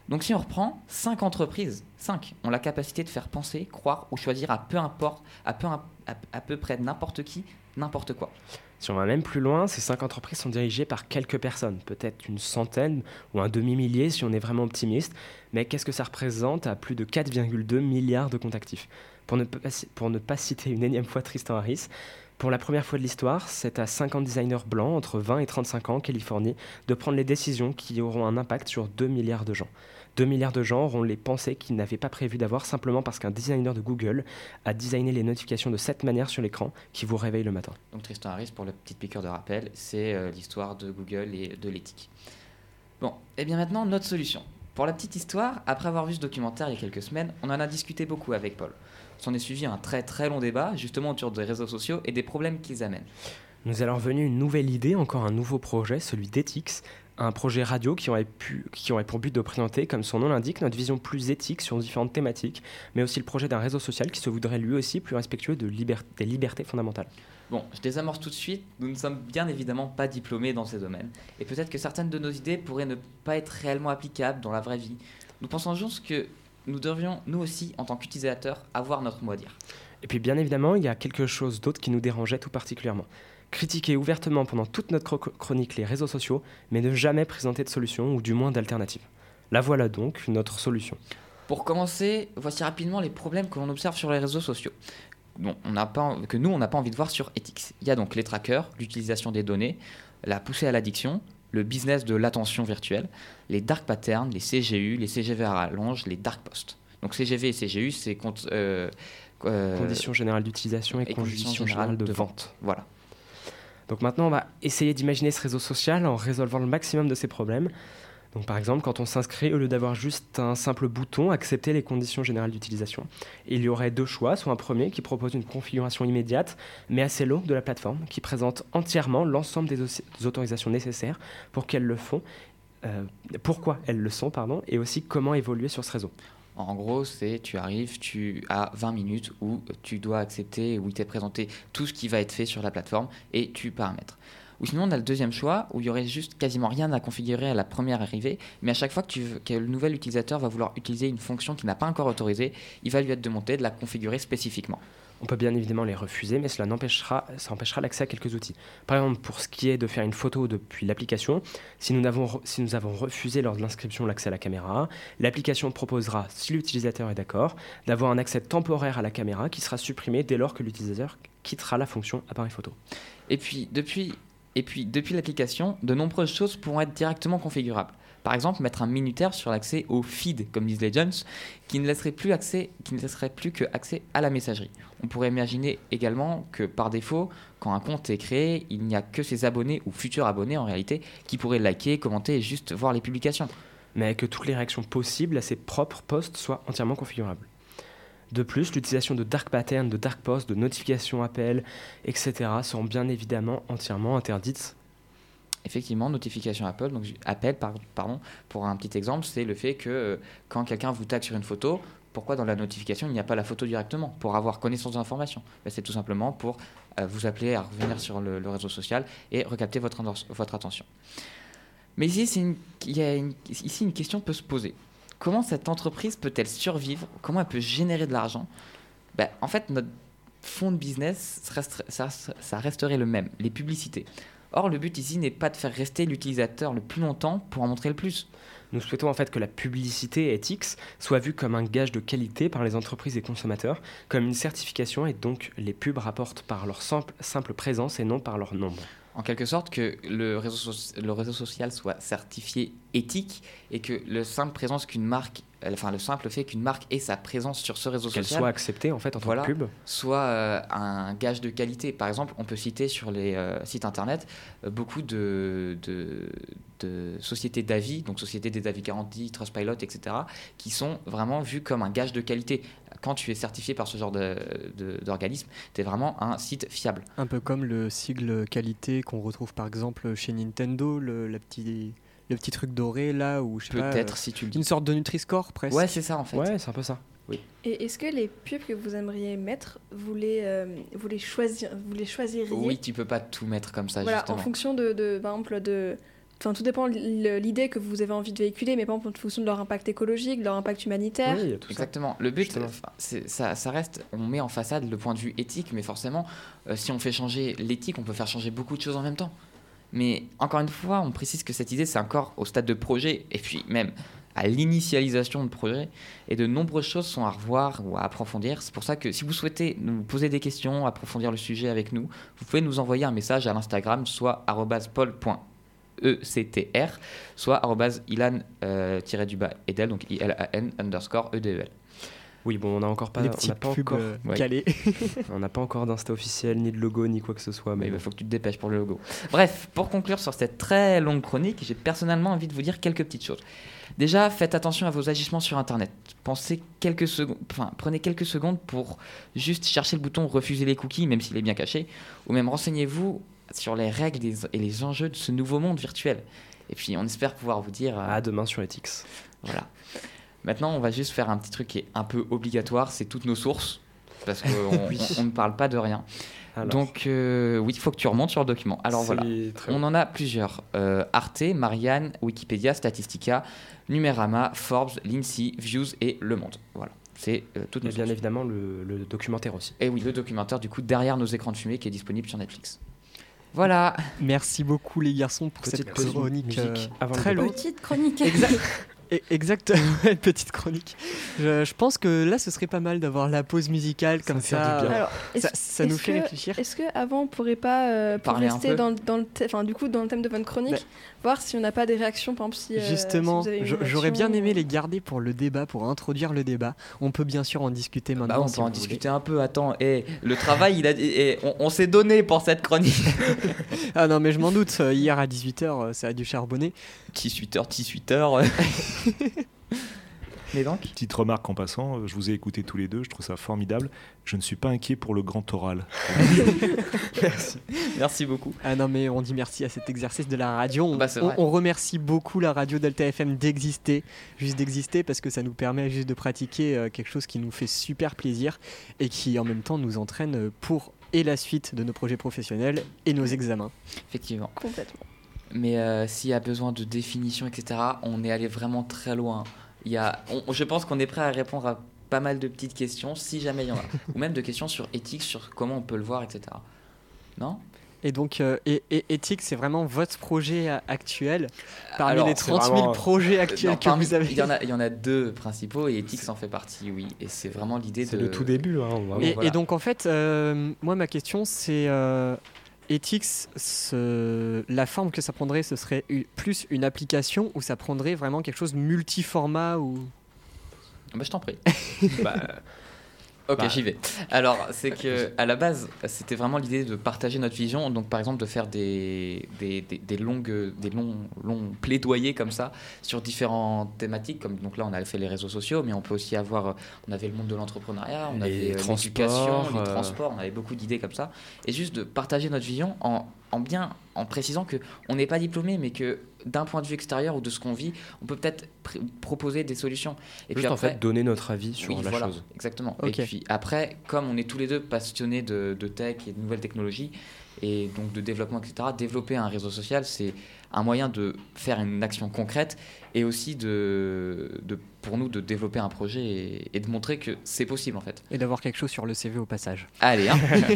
Donc si on reprend, cinq entreprises, cinq, ont la capacité de faire penser, croire ou choisir à peu importe, à peu, à, à peu près n'importe qui, n'importe quoi. Si on va même plus loin, ces cinq entreprises sont dirigées par quelques personnes, peut-être une centaine ou un demi-millier si on est vraiment optimiste. Mais qu'est-ce que ça représente à plus de quatre virgule deux milliards de comptes actifs ? Pour ne, pas, pour ne pas citer une énième fois Tristan Harris, pour la première fois de l'histoire, c'est à cinquante designers blancs entre vingt et trente-cinq ans en Californie de prendre les décisions qui auront un impact sur deux milliards de gens. deux milliards de gens auront les pensées qu'ils n'avaient pas prévu d'avoir simplement parce qu'un designer de Google a designé les notifications de cette manière sur l'écran qui vous réveille le matin. Donc Tristan Harris, pour la petite piqûre de rappel, c'est euh, l'histoire de Google et de l'éthique. Bon, et bien maintenant, notre solution. Pour la petite histoire, après avoir vu ce documentaire il y a quelques semaines, on en a discuté beaucoup avec Paul. S'en est suivi un très très long débat, justement autour des réseaux sociaux et des problèmes qu'ils amènent. Nous est alors venu une nouvelle idée, encore un nouveau projet, celui d'Ethics, un projet radio qui aurait, pu, qui aurait pour but de présenter, comme son nom l'indique, notre vision plus éthique sur différentes thématiques, mais aussi le projet d'un réseau social qui se voudrait lui aussi plus respectueux de liber- des libertés fondamentales. Bon, je désamorce tout de suite, nous ne sommes bien évidemment pas diplômés dans ces domaines, et peut-être que certaines de nos idées pourraient ne pas être réellement applicables dans la vraie vie. Nous pensons juste que nous devrions, nous aussi, en tant qu'utilisateurs, avoir notre mot à dire. Et puis bien évidemment, il y a quelque chose d'autre qui nous dérangeait tout particulièrement. Critiquer ouvertement pendant toute notre chronique les réseaux sociaux, mais ne jamais présenter de solution, ou du moins d'alternative. La voilà donc, notre solution. Pour commencer, voici rapidement les problèmes que l'on observe sur les réseaux sociaux, bon, on n'a pas, que nous, on n'a pas envie de voir sur Ethics. Il y a donc les trackers, l'utilisation des données, la poussée à l'addiction, le business de l'attention virtuelle, les dark patterns, les C G U, les C G V à rallonge, les dark posts. Donc C G V et C G U, c'est compte, euh, euh, conditions générales d'utilisation et, et conditions, conditions générales de, de vente. vente. Voilà. Donc maintenant, on va essayer d'imaginer ce réseau social en résolvant le maximum de ces problèmes. Donc par exemple, quand on s'inscrit, au lieu d'avoir juste un simple bouton, accepter les conditions générales d'utilisation, il y aurait deux choix, soit un premier qui propose une configuration immédiate, mais assez lourde de la plateforme, qui présente entièrement l'ensemble des, os- des autorisations nécessaires pour qu'elles le font, euh, pourquoi elles le sont, pardon, et aussi comment évoluer sur ce réseau. En gros, c'est tu arrives, tu as vingt minutes où tu dois accepter, où il t'est présenté tout ce qui va être fait sur la plateforme et tu paramètres. Ou sinon, on a le deuxième choix où il y aurait juste quasiment rien à configurer à la première arrivée, mais à chaque fois que, tu veux, que le nouvel utilisateur va vouloir utiliser une fonction qu'il n'a pas encore autorisée, il va lui être demandé de la configurer spécifiquement. On peut bien évidemment les refuser, mais cela n'empêchera, ça empêchera l'accès à quelques outils. Par exemple, pour ce qui est de faire une photo depuis l'application, si nous avons, si nous avons refusé lors de l'inscription l'accès à la caméra, l'application proposera, si l'utilisateur est d'accord, d'avoir un accès temporaire à la caméra qui sera supprimé dès lors que l'utilisateur quittera la fonction appareil photo. Et puis, depuis, et puis, depuis l'application, de nombreuses choses pourront être directement configurables. Par exemple, mettre un minuteur sur l'accès au feed, comme disent les jeunes, qui ne laisserait plus, accès, qui ne laisserait plus que accès à la messagerie. On pourrait imaginer également que par défaut, quand un compte est créé, il n'y a que ses abonnés ou futurs abonnés en réalité qui pourraient liker, commenter et juste voir les publications. Mais que toutes les réactions possibles à ses propres posts soient entièrement configurables. De plus, l'utilisation de dark patterns, de dark posts, de notifications, appels, et cetera seront bien évidemment entièrement interdites. Effectivement, notification Apple, donc appel, pardon, pour un petit exemple, c'est le fait que euh, quand quelqu'un vous tag sur une photo, pourquoi dans la notification il n'y a pas la photo directement ? Pour avoir connaissance de l'information. Ben, c'est tout simplement pour euh, vous appeler à revenir sur le, le réseau social et recapter votre, votre attention. Mais ici, c'est une, il y a une, ici, une question peut se poser. Comment cette entreprise peut-elle survivre ? Comment elle peut générer de l'argent ? Ben, en fait, notre fond de business, reste, ça, ça resterait le même, les publicités. Or, le but ici n'est pas de faire rester l'utilisateur le plus longtemps pour en montrer le plus. Nous souhaitons en fait que la publicité Ethics soit vue comme un gage de qualité par les entreprises et consommateurs, comme une certification, et donc les pubs rapportent par leur simple, simple présence et non par leur nombre. En quelque sorte, que le réseau, so- le réseau social soit certifié éthique et que le simple présence qu'une marque, enfin le simple fait qu'une marque ait sa présence sur ce réseau Qu'elle social, soit acceptée en fait en tant voilà, que pub, soit euh, un gage de qualité. Par exemple, on peut citer sur les euh, sites internet euh, beaucoup de, de, de sociétés d'avis, donc sociétés des avis garantis, Trustpilot, et cetera, qui sont vraiment vues comme un gage de qualité. Quand tu es certifié par ce genre de, de, d'organisme, tu es vraiment un site fiable. Un peu comme le sigle qualité qu'on retrouve par exemple chez Nintendo, le, la petit, le petit truc doré là, où je sais pas, Peut-être euh, si tu le dis. une sorte de Nutri-Score presque. Ouais, c'est ça en fait. ouais, c'est un peu ça. Oui. Et est-ce que les pubs que vous aimeriez mettre, vous les, euh, vous les, choisir, vous les choisiriez Oui, tu peux pas tout mettre comme ça, voilà, justement. en fonction de, de, par exemple, de, enfin, tout dépend de l'idée que vous avez envie de véhiculer, mais par exemple en fonction de leur impact écologique, de leur impact humanitaire. Oui, il y a tout ça. Exactement. Le but, Justement. enfin, c'est, ça, ça reste, on met en façade le point de vue éthique, mais forcément, euh, si on fait changer l'éthique, on peut faire changer beaucoup de choses en même temps. Mais encore une fois, on précise que cette idée, c'est encore au stade de projet, et puis même à l'initialisation de projet, et de nombreuses choses sont à revoir ou à approfondir. C'est pour ça que si vous souhaitez nous poser des questions, approfondir le sujet avec nous, vous pouvez nous envoyer un message à l'Instagram, soit arobase paul point e c t r, soit arobase ilan euh, tiré du bas edel, donc I L A N underscore E D E L. Oui, bon, on n'a encore pas, Des on petites n'a pas pubs encore, euh, ouais. calées. on n'a pas encore d'insta officiel, ni de logo, ni quoi que ce soit. Mais Mais il bon. faut que tu te dépêches pour le logo. Bref, pour conclure sur cette très longue chronique, j'ai personnellement envie de vous dire quelques petites choses. Déjà, faites attention à vos agissements sur Internet. Pensez quelques secondes, enfin, prenez quelques secondes pour juste chercher le bouton refuser les cookies, même s'il est bien caché, ou même renseignez-vous sur les règles des- et les enjeux de ce nouveau monde virtuel. Et puis, on espère pouvoir vous dire. euh, À demain sur Ethics. Voilà. Maintenant, on va juste faire un petit truc qui est un peu obligatoire, c'est toutes nos sources, parce qu'on Oui. on- on ne parle pas de rien. Alors, Donc, euh, oui, il faut que tu remontes sur le document. Alors c'est voilà. très On en a plusieurs. Euh, Arte, Marianne, Wikipédia, Statistica, Numérama, Forbes, l'INSEE, Views et Le Monde. Voilà. C'est euh, toutes nos Et bien sources. évidemment le, le documentaire aussi. Et oui, le documentaire, du coup, derrière nos écrans de fumée, qui est disponible sur Netflix. Voilà. Merci beaucoup les garçons pour Petite cette pause chronique musique euh, avant le très débat. longue. Petite chronique. Exact. Et- Exact, ouais, petite chronique. Je, je pense que là, ce serait pas mal d'avoir la pause musicale comme fait ça. du bien. Alors, est-ce- Ça, ça nous est-ce fait que- réfléchir. Est-ce que avant on pourrait pas, euh, pour Parler un rester peu. dans, dans le, thè- enfin du coup dans le thème de votre chronique, Bah, voir si on n'a pas des réactions, par exemple si euh, Justement, si vous avez une je- j'aurais bien réaction, aimé euh, les garder pour le débat, pour introduire le débat. On peut bien sûr en discuter maintenant. Bah, on si peut en vous discuter un peu. Attends, et le travail, il a, et on, on s'est donné pour cette chronique. voulez. Ah non, mais je m'en doute. euh, Hier à dix-huit heures, ça a dû charbonner. dix-huit heures, dix-huit heures. Mais donc Petite remarque en passant, euh, je vous ai écouté tous les deux, je trouve ça formidable. Je ne suis pas inquiet pour le grand oral. Merci beaucoup. Ah non, mais on dit merci à cet exercice de la radio. On, Bah, c'est on- vrai. on remercie beaucoup la radio Delta F M d'exister, juste d'exister, parce que ça nous permet juste de pratiquer euh, quelque chose qui nous fait super plaisir et qui en même temps nous entraîne euh, pour et la suite de nos projets professionnels et nos examens. Effectivement. complètement. Mais euh, s'il y a besoin de définition, et cetera, on est allé vraiment très loin. Il y a, on- je pense qu'on est prêt à répondre à pas mal de petites questions, si jamais il y en a. Ou même de questions sur éthique, sur comment on peut le voir, et cetera. Non Et donc, euh, et, et Ethics, c'est vraiment votre projet euh, actuel parmi Alors, les c'est trente mille vraiment- projets Euh, actuels non, que parmi- vous avez. Il y, en a, il y en a deux principaux et éthique en fait partie, oui. Et c'est vraiment l'idée C'est de. le tout début. Hein, vraiment. Et, voilà. et donc en fait, euh, moi ma question c'est euh, Ethics, ce- la forme que ça prendrait, ce serait u- plus une application ou ça prendrait vraiment quelque chose de multiformat ou Bah, je t'en prie. Bah, Ok, Bah. j'y vais. Alors, c'est que à la base, c'était vraiment l'idée de partager notre vision. Donc, par exemple, de faire des, des, des, des longues, des longs, longs plaidoyers comme ça sur différentes thématiques. Comme donc là, on a fait les réseaux sociaux, mais on peut aussi avoir. On avait le monde de l'entrepreneuriat, on Les avait euh, transports, l'éducation, les euh. transports. On avait beaucoup d'idées comme ça. Et juste de partager notre vision en, en bien, en précisant que on n'est pas diplômé, mais que d'un point de vue extérieur ou de ce qu'on vit, on peut peut-être pr- proposer des solutions. Et juste en fait donner notre avis sur oui, la voilà, chose. exactement. Ok. Et puis après, comme on est tous les deux passionnés de, de tech et de nouvelles technologies, et donc de développement, et cetera, développer un réseau social, c'est un moyen de faire une action concrète et aussi de, de, pour nous de développer un projet et, et de montrer que c'est possible en fait. et d'avoir quelque chose sur le C V au passage. Allez, hein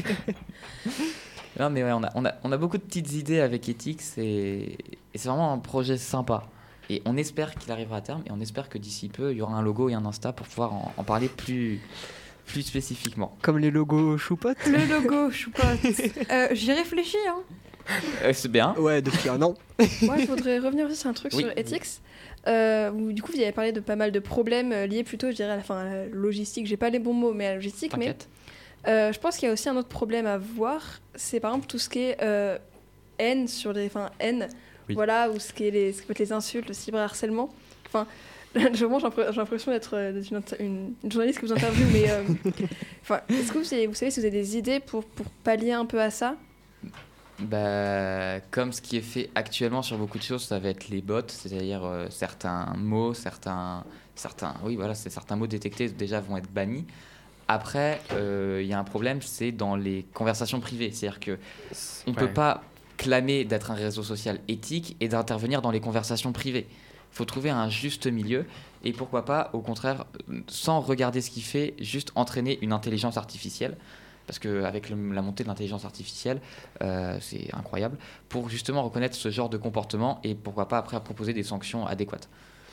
Non mais ouais, on a, on, a, on a beaucoup de petites idées avec Ethics et, et c'est vraiment un projet sympa. Et on espère qu'il arrivera à terme et on espère que d'ici peu, il y aura un logo et un Insta pour pouvoir en, en parler plus, plus spécifiquement. Comme les logos Choupot. Le logo, choupote. euh, J'y réfléchis. Hein. Euh, c'est bien. Ouais, depuis un an. Moi, je voudrais revenir aussi sur un truc Oui. sur Ethics. Euh, où du coup, vous avez parlé de pas mal de problèmes euh, liés plutôt, je dirais, à la, fin, à la logistique. J'ai pas les bons mots, mais à la logistique. Mais T'inquiète. euh, je pense qu'il y a aussi un autre problème à voir. C'est par exemple tout ce qui est euh, haine sur les, enfin haine, Oui. voilà, ou ce qui est les, ce qui peut être les insultes, le cyberharcèlement. Enfin, je moi, j'ai l'impr- j'ai l'impression d'être euh, d'être une, inter- une- une journaliste qui vous interviewe, mais euh, enfin, est-ce que vous savez, vous savez si vous avez des idées pour pour pallier un peu à ça? Bah, comme ce qui est fait actuellement sur beaucoup de choses, ça va être les bots, c'est-à-dire euh, certains mots, certains, certains, oui, voilà, c'est certains mots détectés déjà vont être bannis. Après, euh, il y a un problème, c'est dans les conversations privées, c'est-à-dire que on Ouais. peut pas clamer d'être un réseau social éthique et d'intervenir dans les conversations privées. Il faut trouver un juste milieu et pourquoi pas, au contraire, sans regarder ce qu'il fait, juste entraîner une intelligence artificielle. Parce qu'avec la montée de l'intelligence artificielle, euh, c'est incroyable, pour justement reconnaître ce genre de comportement et pourquoi pas après proposer des sanctions adéquates.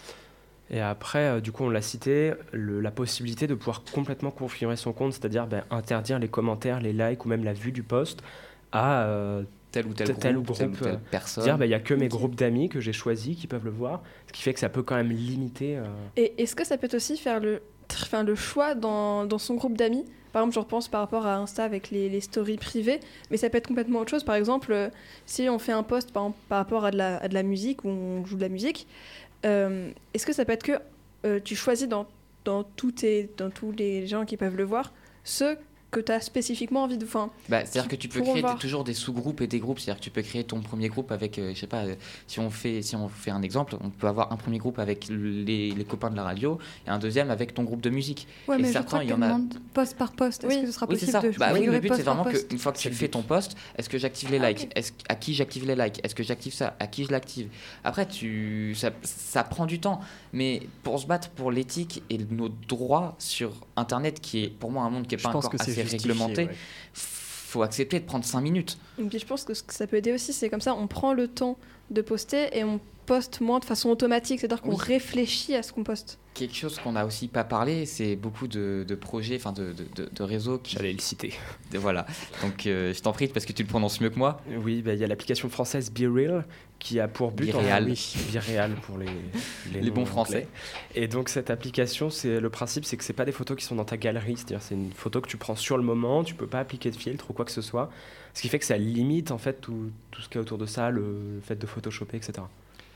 Et après, euh, du coup, on l'a cité, le, la possibilité de pouvoir complètement configurer son compte, c'est-à-dire ben, interdire les commentaires, les likes ou même la vue du post à euh, tel ou tel, tel, groupe, tel ou groupe, telle ou telle personne. Dire, il ben, n'y a que mes groupes d'amis que j'ai choisis qui peuvent le voir, ce qui fait que ça peut quand même limiter... Euh... Et est-ce que ça peut aussi faire le, enfin, le choix dans, dans son groupe d'amis ? Par exemple, je repense par rapport à Insta avec les, les stories privées, mais ça peut être complètement autre chose. Par exemple, euh, si on fait un post par, par rapport à de, la, à de la musique, ou on joue de la musique, euh, est-ce que ça peut être que euh, tu choisis dans, dans, tous tes, dans tous les gens qui peuvent le voir, ceux que tu as spécifiquement envie de... Enfin, bah, c'est-à-dire que tu peux créer des, toujours des sous-groupes et des groupes. C'est-à-dire que tu peux créer ton premier groupe avec, euh, je sais pas, euh, si, on fait, si on fait un exemple, on peut avoir un premier groupe avec les, les copains de la radio et un deuxième avec ton groupe de musique. Ouais, et mais certains, je crois il que y en a... demande poste par poste. Est-ce oui. que ce sera oui, possible c'est ça. de Bah, oui, configurer le but, poste c'est vraiment par poste qu'une fois que tu fais ton post, est-ce que j'active les Ah, likes ? okay. Est-ce, à qui j'active les likes ? Est-ce que j'active ça ? À qui je l'active ? Après, tu, ça, ça prend du temps. Mais pour se battre pour l'éthique et nos droits sur Internet, qui est pour moi un monde qui n'est pas encore assez réglementé, ouais. faut accepter de prendre cinq minutes. Et puis je pense que ce que ça peut aider aussi, c'est comme ça, on prend le temps de poster et on poste moins de façon automatique, c'est-à-dire qu'on oui. réfléchit à ce qu'on poste. Quelque chose qu'on n'a aussi pas parlé, c'est beaucoup de, de projets, enfin de, de, de, de réseaux. Qui... J'allais le citer. De, voilà, donc euh, je t'en prie parce que tu le prononces mieux que moi. Oui, il bah, y a l'application française BeReal qui a pour but... BeReal. Oui, BeReal pour les, les, les bons français. Et donc cette application, c'est, le principe, c'est que c'est pas des photos qui sont dans ta galerie, c'est-à-dire c'est une photo que tu prends sur le moment, tu peux pas appliquer de filtre ou quoi que ce soit, ce qui fait que ça limite en fait tout, tout ce qu'il y a autour de ça, le, le fait de photoshopper, et cetera.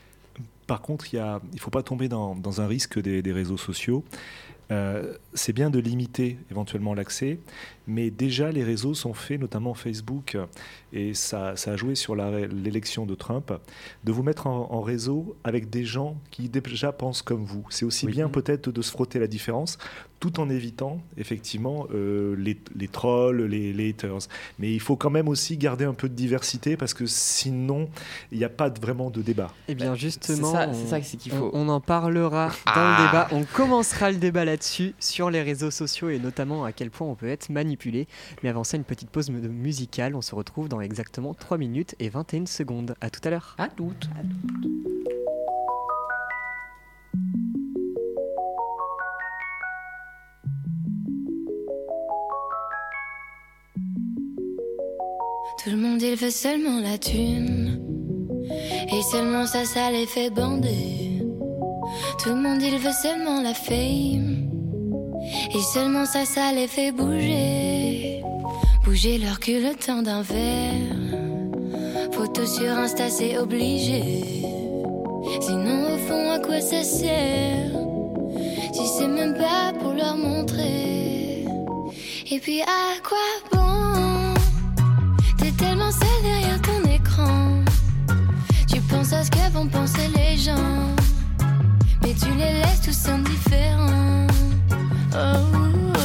Par contre, il ne faut pas tomber dans, dans un risque des, des réseaux sociaux. Euh, c'est bien de limiter éventuellement l'accès, mais déjà les réseaux sont faits, notamment Facebook, et ça, ça a joué sur la, l'élection de Trump, de vous mettre en, en réseau avec des gens qui déjà pensent comme vous. C'est aussi oui. bien peut-être de se frotter la différence, tout en évitant effectivement euh, les, les trolls, les, les haters. Mais il faut quand même aussi garder un peu de diversité, parce que sinon, il n'y a pas de, vraiment de débat. Eh bien justement, c'est ça, on, c'est ça c'est qu'il faut. On, on en parlera ah. dans le débat, on commencera le débat là-dessus, sur les réseaux sociaux et notamment à quel point on peut être manipulé. Mais avant ça, une petite pause musicale, on se retrouve dans exactement trois minutes et vingt et une secondes. À tout à l'heure. À toutes. À toutes. Tout le monde il veut seulement la thune, et seulement ça, ça les fait bander. Tout le monde il veut seulement la fame, et seulement ça, ça les fait bouger. Bouger leur cul le temps d'un verre. Photo sur Insta c'est obligé. Sinon au fond à quoi ça sert, si c'est même pas pour leur montrer. Et puis à quoi bon, t'es tellement seul derrière ton écran. Tu penses à ce que vont penser les gens, mais tu les laisses tous indifférents. Oh, oh.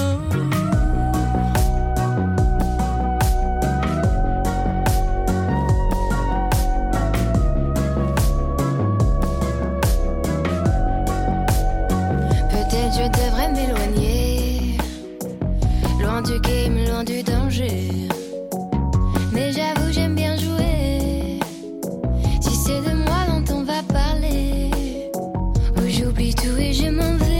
Peut-être je devrais m'éloigner, loin du game, loin du danger. Mais j'avoue j'aime bien jouer, si c'est de moi dont on va parler, où j'oublie tout et je m'en vais.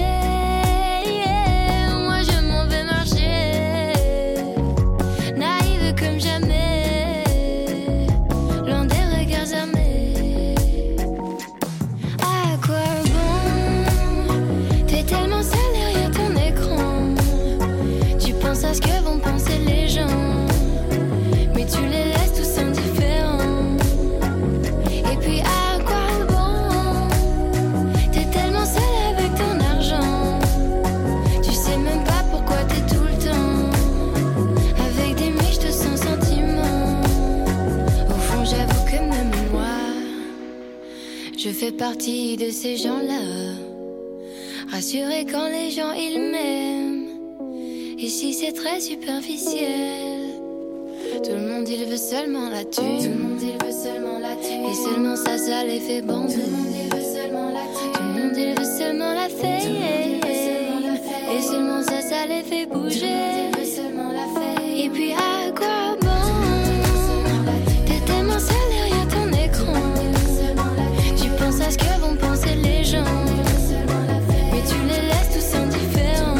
Je fais partie de ces gens-là, rassurés quand les gens ils m'aiment. Et si c'est très superficiel, tout le monde il veut seulement la thune. Tout le monde il veut seulement la thune. Et seulement ça, ça les fait bander. Tout le monde il veut seulement la thune. Tout le monde il veut seulement la fête. Et seulement ça, ça les fait bouger. Et puis à quoi bon? T'es tellement seul derrière ton écran. Tu penses à ce que vont penser les gens. Mais tu les laisses tous indifférents.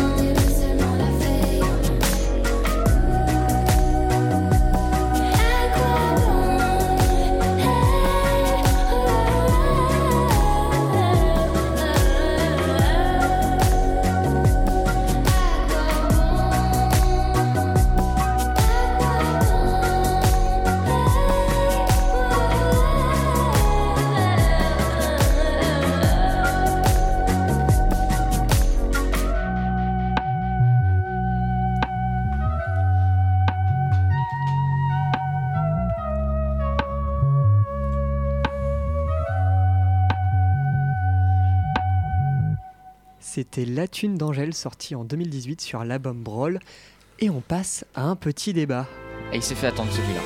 C'était La Thune d'Angèle, sorti en deux mille dix-huit sur l'album Brawl. Et on passe à un petit débat. Et il s'est fait attendre celui-là.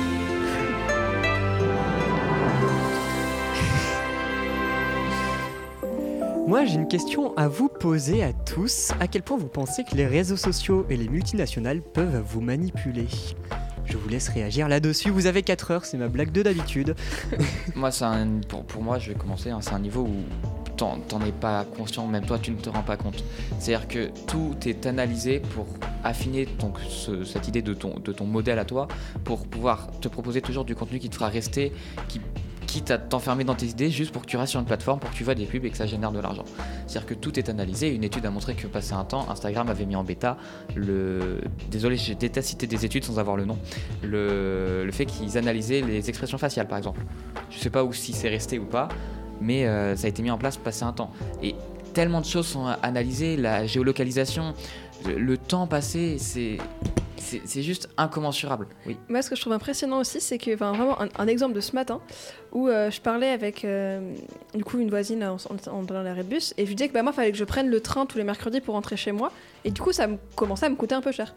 Moi, j'ai une question à vous poser à tous. À quel point vous pensez que les réseaux sociaux et les multinationales peuvent vous manipuler ? Je vous laisse réagir là-dessus. Vous avez quatre heures, c'est ma blague de d'habitude. Moi, c'est un, pour, pour moi, je vais commencer. Hein, c'est un niveau où t'en, t'en es pas conscient, même toi, tu ne te rends pas compte. C'est-à-dire que tout est analysé pour affiner ton, ce, cette idée de ton, de ton modèle à toi, pour pouvoir te proposer toujours du contenu qui te fera rester, qui quitte à t'enfermer dans tes idées juste pour que tu restes sur une plateforme, pour que tu vois des pubs et que ça génère de l'argent. C'est-à-dire que tout est analysé. Une étude a montré que passé un temps, Instagram avait mis en bêta le... Désolé, je déteste citer des études sans avoir le nom. Le, le fait qu'ils analysaient les expressions faciales, par exemple. Je sais pas où si c'est resté ou pas, mais euh, ça a été mis en place passé un temps. Et tellement de choses sont analysées, la géolocalisation, le, le temps passé, c'est... C'est, c'est juste incommensurable. Oui. Moi, ce que je trouve impressionnant aussi, c'est que, enfin, vraiment, un, un exemple de ce matin où euh, je parlais avec euh, du coup une voisine en, en, en dans l'arrêt de bus et je lui disais que bah, moi, il fallait que je prenne le train tous les mercredis pour rentrer chez moi. Et du coup, ça me, commençait à me coûter un peu cher.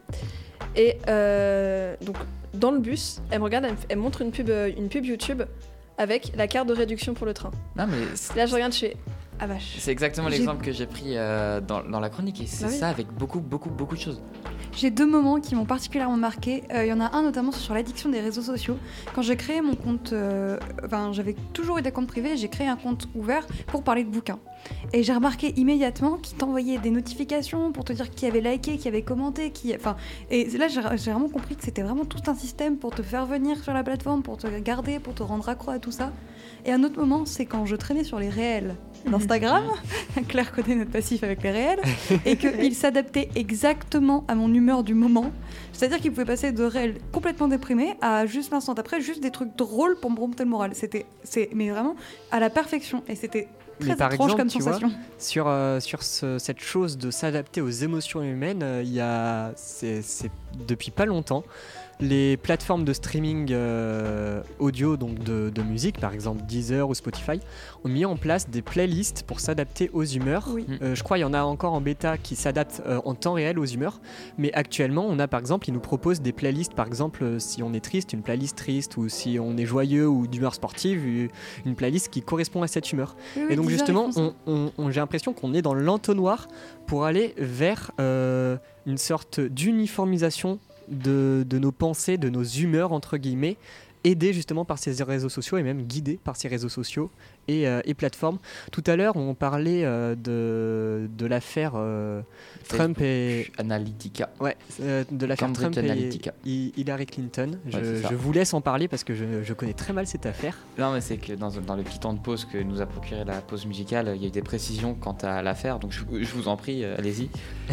Et euh, donc, dans le bus, elle me regarde, elle me, elle me montre une pub, une pub YouTube avec la carte de réduction pour le train. Non, mais là, je regarde, je fais ah vache. C'est exactement J'ai... l'exemple que j'ai pris euh, dans, dans la chronique et c'est bah oui. ça avec beaucoup, beaucoup, beaucoup de choses. J'ai deux moments qui m'ont particulièrement marqué. Il euh, y en a un notamment sur l'addiction des réseaux sociaux. Quand j'ai créé mon compte, euh, enfin j'avais toujours eu des comptes privés, j'ai créé un compte ouvert pour parler de bouquins. Et j'ai remarqué immédiatement qu'il t'envoyait des notifications pour te dire qui avait liké, qui avait commenté, qui, enfin, et là j'ai, j'ai vraiment compris que c'était vraiment tout un système pour te faire venir sur la plateforme, pour te garder, pour te rendre accro à tout ça. Et un autre moment, c'est quand je traînais sur les réels d'Instagram, Claire connaît notre passif avec les réels, et qu'il s'adaptait exactement à mon humeur du moment. C'est-à-dire qu'il pouvait passer de réels complètement déprimés à juste l'instant après, juste des trucs drôles pour me remonter le moral. C'était, c'est, mais vraiment à la perfection. Et c'était très par étrange exemple, comme tu sensation. Vois, sur euh, sur ce, cette chose de s'adapter aux émotions humaines, il euh, y a, c'est, c'est depuis pas longtemps, les plateformes de streaming euh, audio, donc de, de musique, par exemple Deezer ou Spotify, ont mis en place des playlists pour s'adapter aux humeurs. Oui. Euh, je crois qu'il y en a encore en bêta qui s'adaptent euh, en temps réel aux humeurs, mais actuellement, on a par exemple, ils nous proposent des playlists, par exemple, euh, si on est triste, une playlist triste, ou si on est joyeux ou d'humeur sportive, une playlist qui correspond à cette humeur. Oui, Et oui, donc Deezer, justement, ils font ça. on, on, on, j'ai l'impression qu'on est dans l'entonnoir pour aller vers euh, une sorte d'uniformisation De, de nos pensées, de nos humeurs entre guillemets, aidées justement par ces réseaux sociaux et même guidées par ces réseaux sociaux et, euh, et plateformes. Tout à l'heure, on parlait euh, de, de l'affaire euh, Trump et Analytica. Ouais, euh, de l'affaire Cambridge Trump Analytica. et Hillary Clinton. Je, Ouais, je vous laisse en parler parce que je, je connais très mal cette affaire. Non, mais c'est que dans, dans le petit temps de pause que nous a procuré la pause musicale, il y a eu des précisions quant à l'affaire, donc je, je vous en prie, euh, allez-y.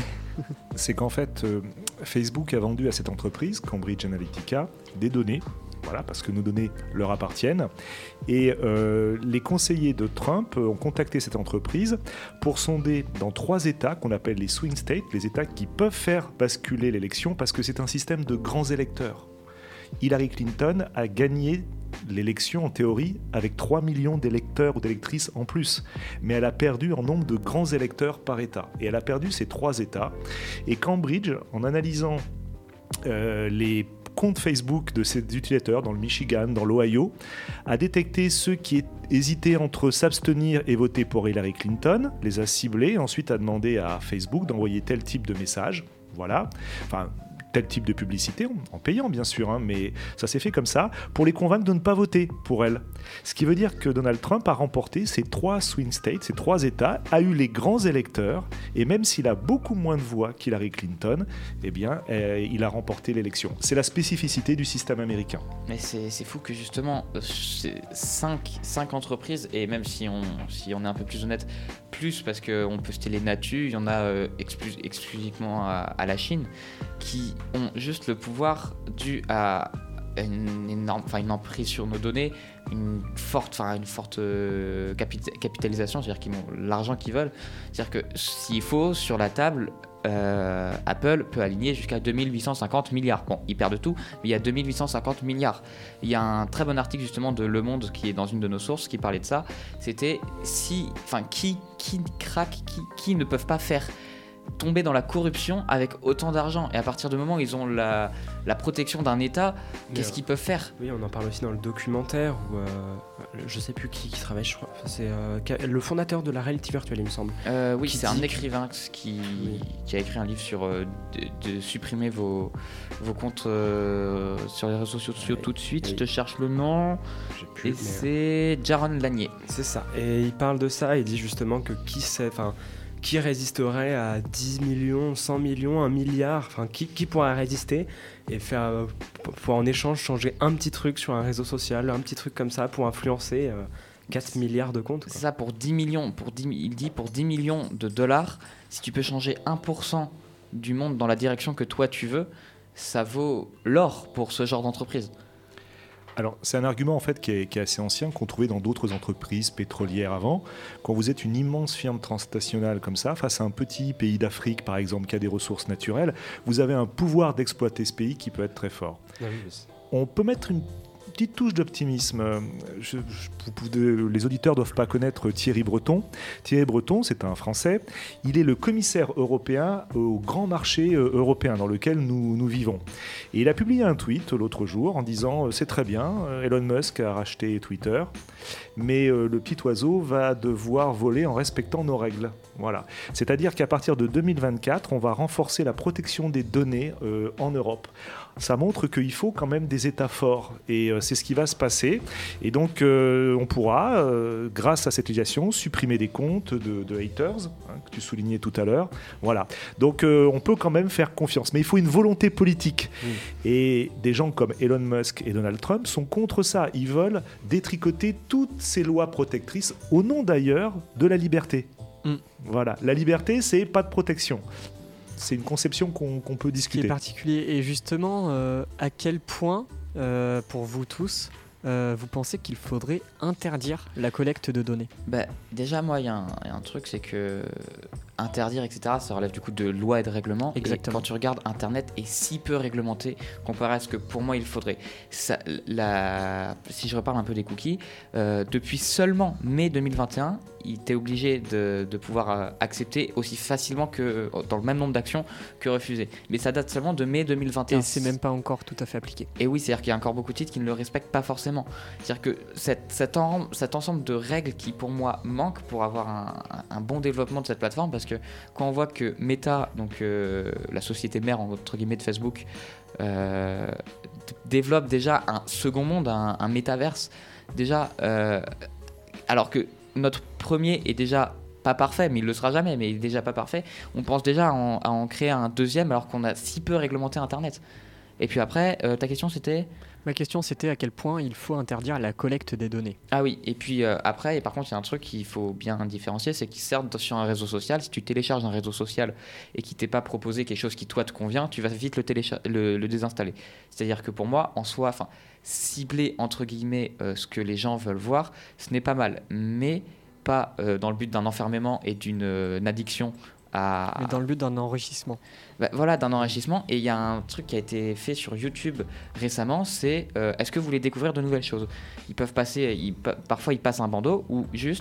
C'est qu'en fait, euh, Facebook a vendu à cette entreprise, Cambridge Analytica, des données, voilà, parce que nos données leur appartiennent. Et euh, les conseillers de Trump ont contacté cette entreprise pour sonder dans trois États qu'on appelle les swing states, les États qui peuvent faire basculer l'élection parce que c'est un système de grands électeurs. Hillary Clinton a gagné l'élection en théorie avec trois millions d'électeurs ou d'électrices en plus, mais elle a perdu en nombre de grands électeurs par État, et elle a perdu ces trois États. Et Cambridge, en analysant euh, les compte Facebook de ses utilisateurs dans le Michigan, dans l'Ohio, a détecté ceux qui hésitaient entre s'abstenir et voter pour Hillary Clinton, les a ciblés, et ensuite a demandé à Facebook d'envoyer tel type de message. Voilà. Enfin, tel type de publicité, en payant bien sûr, hein, mais ça s'est fait comme ça, pour les convaincre de ne pas voter pour elle. Ce qui veut dire que Donald Trump a remporté ces trois swing states, ces trois États, a eu les grands électeurs, et même s'il a beaucoup moins de voix qu'Hillary Clinton, eh bien, euh, il a remporté l'élection. C'est la spécificité du système américain. Mais c'est, c'est fou que justement, euh, c'est cinq, cinq entreprises, et même si on, si on est un peu plus honnête, plus parce qu'on peut citer les Natu, il y en a euh, exclu- exclusivement à, à la Chine, qui ont juste le pouvoir dû à une énorme, enfin une emprise sur nos données, une forte, enfin une forte euh, capita- capitalisation, c'est-à-dire qu'ils ont l'argent qu'ils veulent. C'est-à-dire que s'il faut sur la table, euh, Apple peut aligner jusqu'à deux mille huit cent cinquante milliards. Bon, ils perdent tout, mais il y a deux mille huit cent cinquante milliards. Il y a un très bon article justement de Le Monde qui est dans une de nos sources qui parlait de ça. C'était si, enfin qui, qui craque, qui, qui ne peuvent pas faire tomber dans la corruption avec autant d'argent, et à partir du moment où ils ont la, la protection d'un État, Mais qu'est-ce euh, qu'ils peuvent faire? Oui, on en parle aussi dans le documentaire où euh, je sais plus qui, qui travaille, je crois, enfin, c'est euh, le fondateur de la réalité virtuelle, il me semble. Euh, oui, Qui c'est un dit que- écrivain qui, Oui. qui a écrit un livre sur euh, de, de supprimer vos, vos comptes euh, sur les réseaux sociaux Ouais. tout de suite. Oui. Je te cherche le nom. J'ai plus, Et mais, euh, c'est Jaron Lanier. c'est ça. Et il parle de ça, il dit justement que qui sait, enfin, qui résisterait à dix millions, cent millions, un milliard, enfin, qui, qui pourrait résister et faire, euh, pour, pour en échange changer un petit truc sur un réseau social, un petit truc comme ça pour influencer euh, quatre milliards de comptes, C'est quoi. ça pour dix millions. Pour dix, il dit pour dix millions de dollars, si tu peux changer un pour cent du monde dans la direction que toi tu veux, ça vaut l'or pour ce genre d'entreprise. Alors, c'est un argument en fait qui est, qui est assez ancien, qu'on trouvait dans d'autres entreprises pétrolières avant. Quand vous êtes une immense firme transnationale comme ça, face à un petit pays d'Afrique par exemple qui a des ressources naturelles, vous avez un pouvoir d'exploiter ce pays qui peut être très fort. Ah oui, mais- On peut mettre une petite touche d'optimisme. Euh, je- je- vous pouvez- les auditeurs ne doivent pas connaître Thierry Breton. Thierry Breton, c'est un Français. Il est le commissaire européen au grand marché euh, européen dans lequel nous, nous vivons. Et il a publié un tweet l'autre jour en disant euh, c'est très bien, euh, Elon Musk a racheté Twitter, mais euh, le petit oiseau va devoir voler en respectant nos règles. Voilà. C'est-à-dire qu'à partir de deux mille vingt-quatre, on va renforcer la protection des données euh, en Europe. Ça montre qu'il faut quand même des États forts, et euh, c'est ce qui va se passer. Et donc, euh, on pourra, euh, grâce à cette législation, supprimer des comptes de, de haters, hein, que tu soulignais tout à l'heure. Voilà. Donc, euh, on peut quand même faire confiance. Mais il faut une volonté politique. Oui. Et des gens comme Elon Musk et Donald Trump sont contre ça. Ils veulent détricoter toutes ces lois protectrices, au nom d'ailleurs de la liberté. Mm. Voilà. La liberté, c'est pas de protection. C'est une conception qu'on qu'on peut Ce qui est discuter. particulier. Et justement, euh, à quel point, euh, pour vous tous, euh, vous pensez qu'il faudrait interdire la collecte de données? Bah, déjà, moi, il y, y a un truc, c'est que interdire, et cetera, ça relève du coup de lois et de règlements. Exactement. Et quand tu regardes, Internet est si peu réglementé comparé à ce que pour moi il faudrait. Ça, la... Si je reparle un peu des cookies, euh, depuis seulement mai deux mille vingt et un, il était obligé de, de pouvoir euh, accepter aussi facilement que dans le même nombre d'actions que refuser. Mais ça date seulement de mai deux mille vingt et un. Et c'est même pas encore tout à fait appliqué. Et oui, c'est-à-dire qu'il y a encore beaucoup de sites qui ne le respectent pas forcément. C'est-à-dire que cette, cet, en- cet ensemble de règles qui, pour moi, manque pour avoir un, un- un bon développement de cette plateforme, parce que quand on voit que Meta, donc euh, la société mère entre guillemets de Facebook, euh, d- développe déjà un second monde, un, un métaverse, déjà, euh, alors que notre premier est déjà pas parfait, mais il le sera jamais, mais il est déjà pas parfait, on pense déjà à en, à en créer un deuxième alors qu'on a si peu réglementé Internet. Et puis après, euh, ta question c'était... Ma question, c'était à quel point il faut interdire la collecte des données. Ah oui, et puis euh, après, et par contre, il y a un truc qu'il faut bien différencier, c'est qu'il certes sur un réseau social, si tu télécharges un réseau social et qu'il t'est pas proposé quelque chose qui toi te convient, tu vas vite le, télécha- le, le désinstaller. C'est-à-dire que pour moi, en soi, enfin, cibler entre guillemets euh, ce que les gens veulent voir, ce n'est pas mal, mais pas euh, dans le but d'un enfermement et d'une euh, addiction à... Mais dans le but d'un enrichissement. Bah, voilà, d'un enrichissement. Et il y a un truc qui a été fait sur YouTube récemment, c'est euh, est-ce que vous voulez découvrir de nouvelles choses? Ils peuvent passer, ils, pa- parfois ils passent un bandeau ou juste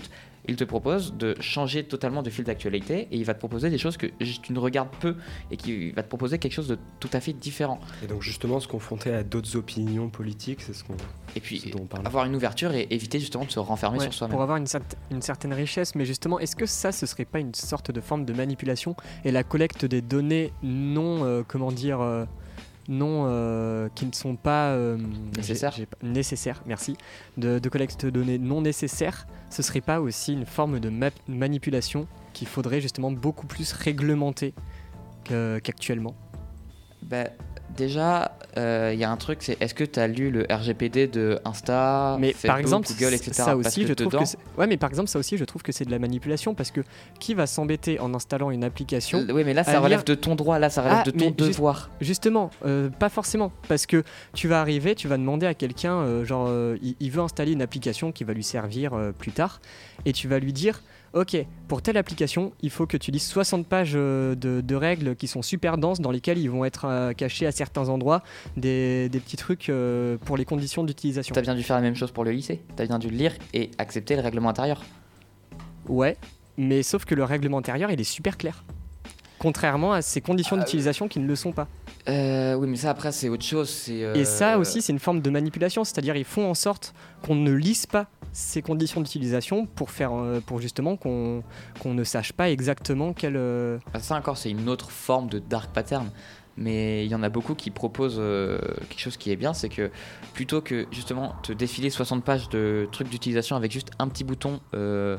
il te propose de changer totalement de fil d'actualité et il va te proposer des choses que tu ne regardes peu et qui va te proposer quelque chose de tout à fait différent. Et donc justement se confronter à d'autres opinions politiques, c'est ce qu'on et puis ce dont on parle. Avoir une ouverture et éviter justement de se renfermer Ouais, sur soi-même. pour avoir une, cer- une certaine richesse, mais justement, est-ce que ça, ce serait pas une sorte de forme de manipulation et la collecte des données non, euh, comment dire, euh, non, euh, qui ne sont pas euh, Nécessaires. j'ai- j'ai pas- nécessaires, merci, de, de collecte de données non nécessaires, ce serait pas aussi une forme de ma- manipulation qu'il faudrait justement beaucoup plus réglementer que- qu'actuellement? Bah, déjà, il euh, y a un truc, c'est est-ce que tu as lu le R G P D de Insta, Mais Facebook, par exemple, Google, et cetera. ça Parce aussi, que je trouve dedans, que c'est... ouais, mais par exemple, ça aussi, je trouve que c'est de la manipulation parce que qui va s'embêter en installant une application? L- Oui, mais là, à ça relève lire- de ton droit, là, ça relève Ah, de ton mais juste- devoir. Justement, euh, pas forcément, parce que tu vas arriver, tu vas demander à quelqu'un, euh, genre, euh, il, il veut installer une application qui va lui servir euh, plus tard, et tu vas lui dire, ok, pour telle application, il faut que tu lises soixante pages euh, de, de règles qui sont super denses, dans lesquelles ils vont être euh, cachés à certains endroits des, des petits trucs euh, pour les conditions d'utilisation. T'as bien dû faire la même chose pour le lycée. T'as bien dû le lire et accepter le règlement intérieur. Ouais, mais sauf que le règlement intérieur, il est super clair. Contrairement à ces conditions Ah, d'utilisation qui ne le sont pas. Euh, oui, mais ça, après, c'est autre chose. C'est, euh, Et ça aussi, c'est une forme de manipulation, c'est-à-dire ils font en sorte qu'on ne lise pas ces conditions d'utilisation pour, faire, euh, pour justement qu'on, qu'on ne sache pas exactement quelle... euh, Ça encore, c'est une autre forme de dark pattern. Mais il y en a beaucoup qui proposent euh, quelque chose qui est bien, c'est que plutôt que justement te défiler soixante pages de trucs d'utilisation avec juste un petit bouton, euh,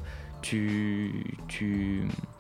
tu, tu,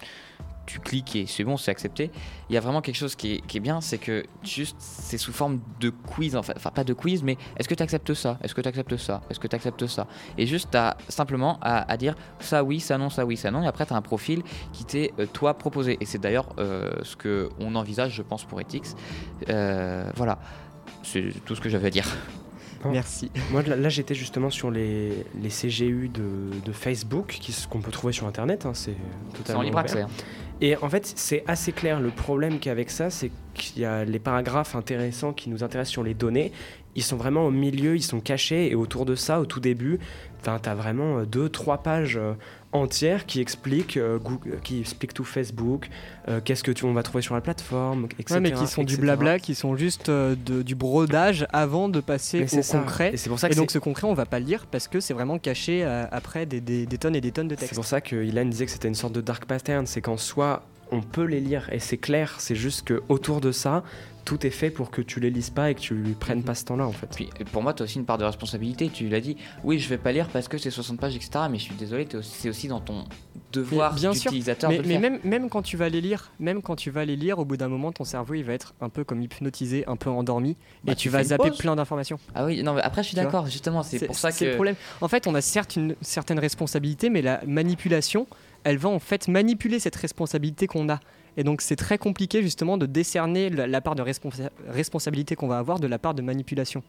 tu cliques et c'est bon, c'est accepté. Il y a vraiment quelque chose qui est, qui est bien, c'est que juste c'est sous forme de quiz, enfin, enfin pas de quiz, mais est-ce que tu acceptes ça? Est-ce que tu acceptes ça? Est-ce que tu acceptes ça? Et juste t'as simplement à, à dire ça oui, ça non, ça oui, ça non, et après tu as un profil qui t'est euh, toi proposé. Et c'est d'ailleurs euh, ce qu'on envisage, je pense, pour Ethics. Euh, voilà, c'est tout ce que j'avais à dire. Oh. Merci. Moi, là, là, j'étais justement sur les, les C G U de, de Facebook, qui, qu'on peut trouver sur Internet. Hein, c'est C'est totalement en libre ouvert. accès. hein. Et en fait, c'est assez clair. Le problème qu'avec ça, c'est qu'il y a les paragraphes intéressants qui nous intéressent sur les données. Ils sont vraiment au milieu, ils sont cachés. Et autour de ça, au tout début, tu as vraiment deux, trois pages euh, entières qui expliquent, euh, Google, qui expliquent tout Facebook, euh, qu'est-ce que tu, on va trouver sur la plateforme, et cetera. Ouais, mais qui sont et du cetera. blabla, qui sont juste euh, de- du brodage avant de passer Mais au c'est ça. concret. Et c'est pour ça Et que donc c'est- ce concret, on va pas le lire parce que c'est vraiment caché euh, après des, des- des tonnes et des tonnes de c'est texte. pour ça que Ilan disait que c'était une sorte de dark pattern. C'est qu'en soi, on peut les lire et c'est clair. C'est juste qu'autour de ça, tout est fait pour que tu les lises pas et que tu lui prennes pas ce temps-là en fait. Puis pour moi, tu as aussi une part de responsabilité. Tu l'as dit, oui, je vais pas lire parce que c'est soixante pages, et cetera. Mais je suis désolé, t'es aussi- c'est aussi dans ton devoir Mais bien sûr, d'utilisateur Mais, de le mais faire. même, même quand tu vas les lire, même quand tu vas les lire, au bout d'un moment, ton cerveau il va être un peu comme hypnotisé, un peu endormi, Bah, et tu tu fais vas une zapper pause. plein d'informations. Ah oui, non, mais après, je suis Tu vois, d'accord, justement. C'est pour ça c'est le que. problème. En fait, on a certes une certaine responsabilité, mais la manipulation, elle va en fait manipuler cette responsabilité qu'on a. Et donc c'est très compliqué justement de décerner la, la part de responsa- responsabilité qu'on va avoir de la part de manipulation.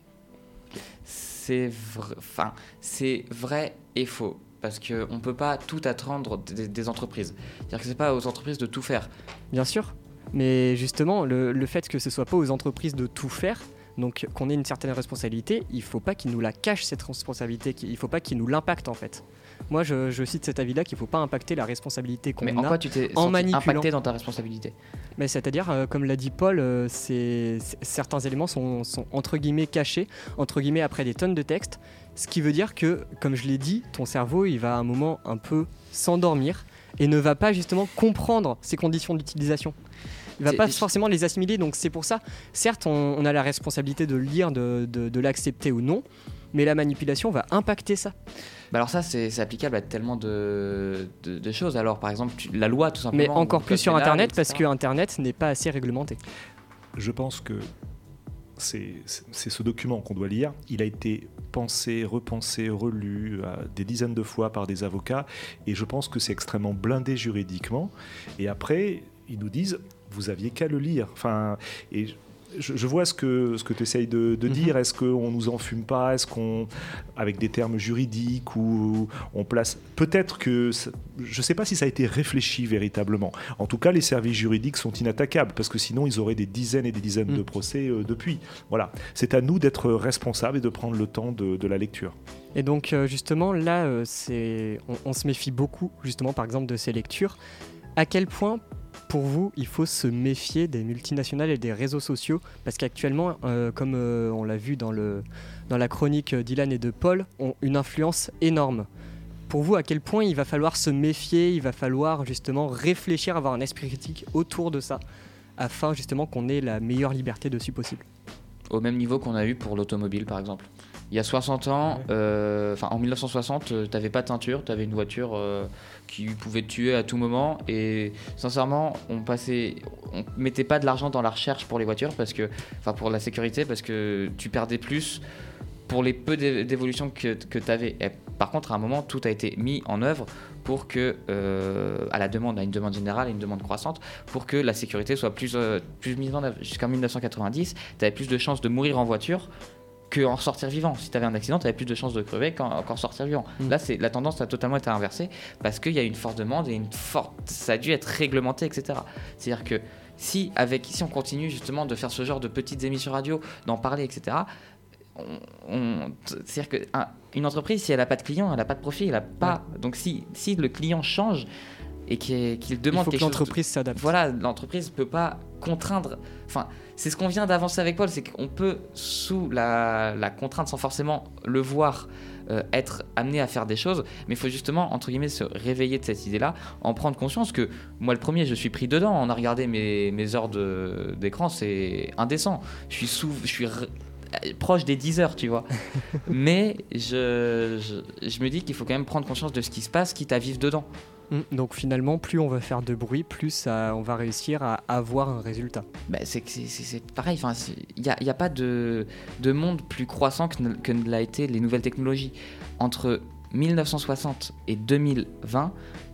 C'est vrai, enfin, c'est vrai et faux. Parce qu'on ne peut pas tout attendre des, des entreprises. C'est-à-dire que ce n'est pas aux entreprises de tout faire. Bien sûr, mais justement, le, le fait que ce soit pas aux entreprises de tout faire, donc qu'on ait une certaine responsabilité, il faut pas qu'ils nous la cachent cette responsabilité, qu'il- il faut pas qu'ils nous l'impactent en fait. Moi, je, je cite cet avis-là qu'il faut pas impacter la responsabilité qu'on Mais en a. quoi tu t'es en senti manipulant. impacté dans ta responsabilité? Mais c'est-à-dire, euh, comme l'a dit Paul, euh, c'est, c'est- certains éléments sont, sont entre guillemets cachés, entre guillemets après des tonnes de textes, ce qui veut dire que, comme je l'ai dit, ton cerveau, il va à un moment un peu s'endormir et ne va pas justement comprendre ces conditions d'utilisation. Il va C'est- pas je- forcément les assimiler, donc c'est pour ça, certes, on, on a la responsabilité de le lire, de, de- de l'accepter ou non, mais la manipulation va impacter ça. Bah alors ça, c'est c'est applicable à tellement de, de, de choses. Alors, par exemple, tu- la loi, tout simplement. Mais encore le plus code sur pénal, Internet, et parce cetera. que Internet n'est pas assez réglementé. Je pense que c'est c'est ce document qu'on doit lire. Il a été pensé, repensé, relu euh, des dizaines de fois par des avocats et je pense que c'est extrêmement blindé juridiquement. Et après, ils nous disent, vous aviez qu'à le lire. Enfin, et je, je vois ce que, ce que tu essayes de, de dire. Mm-hmm. Est-ce qu'on nous en fume pas? Est-ce qu'on, avec des termes juridiques, où on place... Peut-être que... Ça, je ne sais pas si ça a été réfléchi véritablement. En tout cas, les services juridiques sont inattaquables, parce que sinon, ils auraient des dizaines et des dizaines mm. de procès euh, depuis. Voilà. C'est à nous d'être responsables et de prendre le temps de, de la lecture. Et donc, euh, justement, là, euh, c'est... On, on se méfie beaucoup, justement, par exemple, de ces lectures. À quel point... Pour vous, il faut se méfier des multinationales et des réseaux sociaux parce qu'actuellement, euh, comme euh, on l'a vu dans, le, dans la chronique d'Ilan et de Paul, ont une influence énorme. Pour vous, à quel point il va falloir se méfier, il va falloir justement réfléchir, avoir un esprit critique autour de ça afin justement qu'on ait la meilleure liberté dessus possible? Au même niveau qu'on a eu pour l'automobile par exemple. Il y a soixante ans, euh, en dix-neuf cent soixante, euh, tu n'avais pas de teinture, tu avais une voiture euh, qui pouvait te tuer à tout moment. Et sincèrement, on passait, on mettait pas de l'argent dans la recherche pour les voitures, parce que, enfin pour la sécurité, parce que tu perdais plus pour les peu d'évolutions que, que tu avais. Et par contre, à un moment, tout a été mis en œuvre pour que, euh, à la demande, à une demande générale, à une demande croissante, pour que la sécurité soit plus, euh, plus mise en œuvre. Jusqu'en dix-neuf cent quatre-vingt-dix, tu avais plus de chances de mourir en voiture qu'en sortir vivant. Si tu avais un accident, tu avais plus de chances de crever qu'en, qu'en sortir vivant. Mmh. Là, c'est, la tendance a totalement été inversée parce qu'il y a une forte demande et une forte, ça a dû être réglementé, et cetera. C'est-à-dire que si, avec, si on continue justement de faire ce genre de petites émissions radio, d'en parler, et cetera, on, on, c'est-à-dire qu'une entreprise, si elle n'a pas de clients, elle n'a pas de profit, elle a pas... Ouais. Donc si, si le client change et qu'il, qu'il demande il faut quelque que l'entreprise chose... s'adapte. Voilà, l'entreprise ne peut pas contraindre... Enfin, c'est ce qu'on vient d'avancer avec Paul, c'est qu'on peut, sous la, la contrainte, sans forcément le voir, euh, être amené à faire des choses, mais il faut justement, entre guillemets, se réveiller de cette idée-là, en prendre conscience que, moi le premier, je suis pris dedans, on a regardé mes, mes heures de, d'écran, c'est indécent. Je suis, sous, je suis r- proche des dix heures, tu vois. Mais je, je, je me dis qu'il faut quand même prendre conscience de ce qui se passe, quitte à vivre dedans. Donc finalement, plus on va faire de bruit, plus ça, on va réussir à avoir un résultat. Bah, c'est, c'est, c'est, c'est pareil, il n'y a, y a pas de, de monde plus croissant que ne, que ne l'a été les nouvelles technologies. Entre dix-neuf cent soixante et deux mille vingt,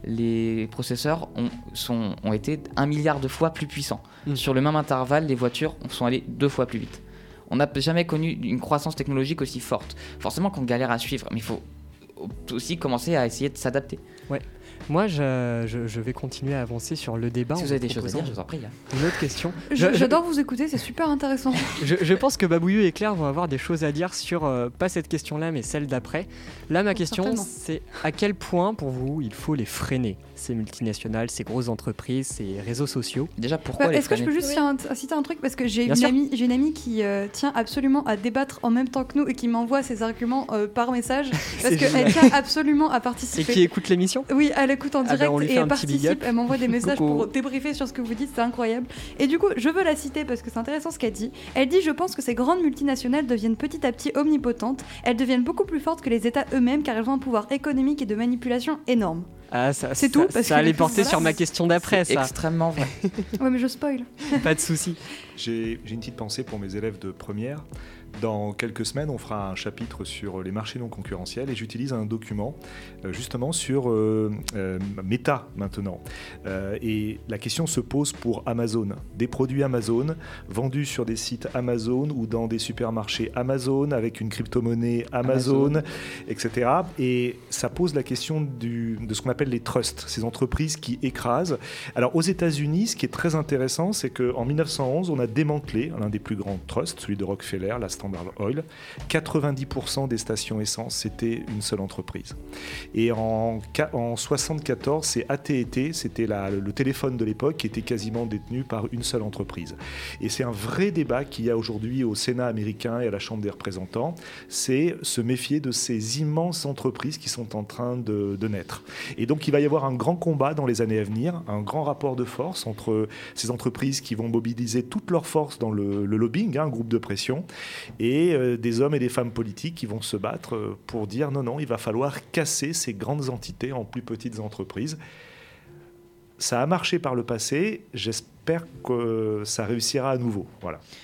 les processeurs ont, sont, ont été un milliard de fois plus puissants. Mmh. Sur le même intervalle, les voitures sont allées deux fois plus vite. On n'a jamais connu une croissance technologique aussi forte. Forcément qu'on galère à suivre, mais il faut aussi commencer à essayer de s'adapter. Ouais. Moi, je, je, je vais continuer à avancer sur le débat. Si vous avez des choses à dire, je vous en prie. Hein. Une autre question. Je, j'adore vous écouter, c'est super intéressant. je, je pense que Babouillou et Claire vont avoir des choses à dire sur, euh, pas cette question-là, mais celle d'après. Là, ma question, Certainement. c'est à quel point, pour vous, il faut les freiner, ces multinationales, ces grosses entreprises, ces réseaux sociaux? Déjà, pourquoi bah, les Est-ce freiner? que je peux juste oui. citer un truc? Parce que j'ai une, amie, j'ai une amie qui euh, tient absolument à débattre en même temps que nous et qui m'envoie ses arguments euh, par message. Parce qu'elle tient absolument à participer. Et qui écoute l'émission? Oui, elle écoute en direct. Ah ben, et elle participe, elle m'envoie des messages pour débriefer sur ce que vous dites, c'est incroyable. Et du coup, je veux la citer parce que c'est intéressant ce qu'elle dit. Elle dit: je pense que ces grandes multinationales deviennent petit à petit omnipotentes. Elles deviennent beaucoup plus fortes que les États eux-mêmes car elles ont un pouvoir économique et de manipulation énorme. Ah, ça, c'est ça, tout. Ça, parce ça que allait porter sur ma question d'après, c'est ça. Extrêmement vrai. Ouais, mais je spoil. Pas de souci. J'ai, j'ai une petite pensée pour mes élèves de première. Dans quelques semaines, on fera un chapitre sur les marchés non concurrentiels et j'utilise un document euh, justement sur euh, euh, Meta maintenant. Euh, et la question se pose pour Amazon. Des produits Amazon vendus sur des sites Amazon ou dans des supermarchés Amazon avec une crypto-monnaie Amazon, Amazon, et cetera. Et ça pose la question du, de ce qu'on appelle les trusts, ces entreprises qui écrasent. Alors aux États-Unis, ce qui est très intéressant, c'est qu'en dix-neuf cent onze, on a démantelé l'un des plus grands trusts, celui de Rockefeller, la Standard Oil. quatre-vingt-dix pour cent des stations essence, c'était une seule entreprise. Et en, en soixante-quatorze, c'est A T et T, c'était la, le téléphone de l'époque, qui était quasiment détenu par une seule entreprise. Et c'est un vrai débat qu'il y a aujourd'hui au Sénat américain et à la Chambre des représentants, c'est se méfier de ces immenses entreprises qui sont en train de, de naître. Et donc il va y avoir un grand combat dans les années à venir, un grand rapport de force entre ces entreprises qui vont mobiliser toute leur force dans le, le lobbying, hein, un groupe de pression, et euh, des hommes et des femmes politiques qui vont se battre euh, pour dire non, non, il va falloir casser ces grandes entités en plus petites entreprises. Ça a marché par le passé, j'espère que ça réussira à nouveau. Voilà.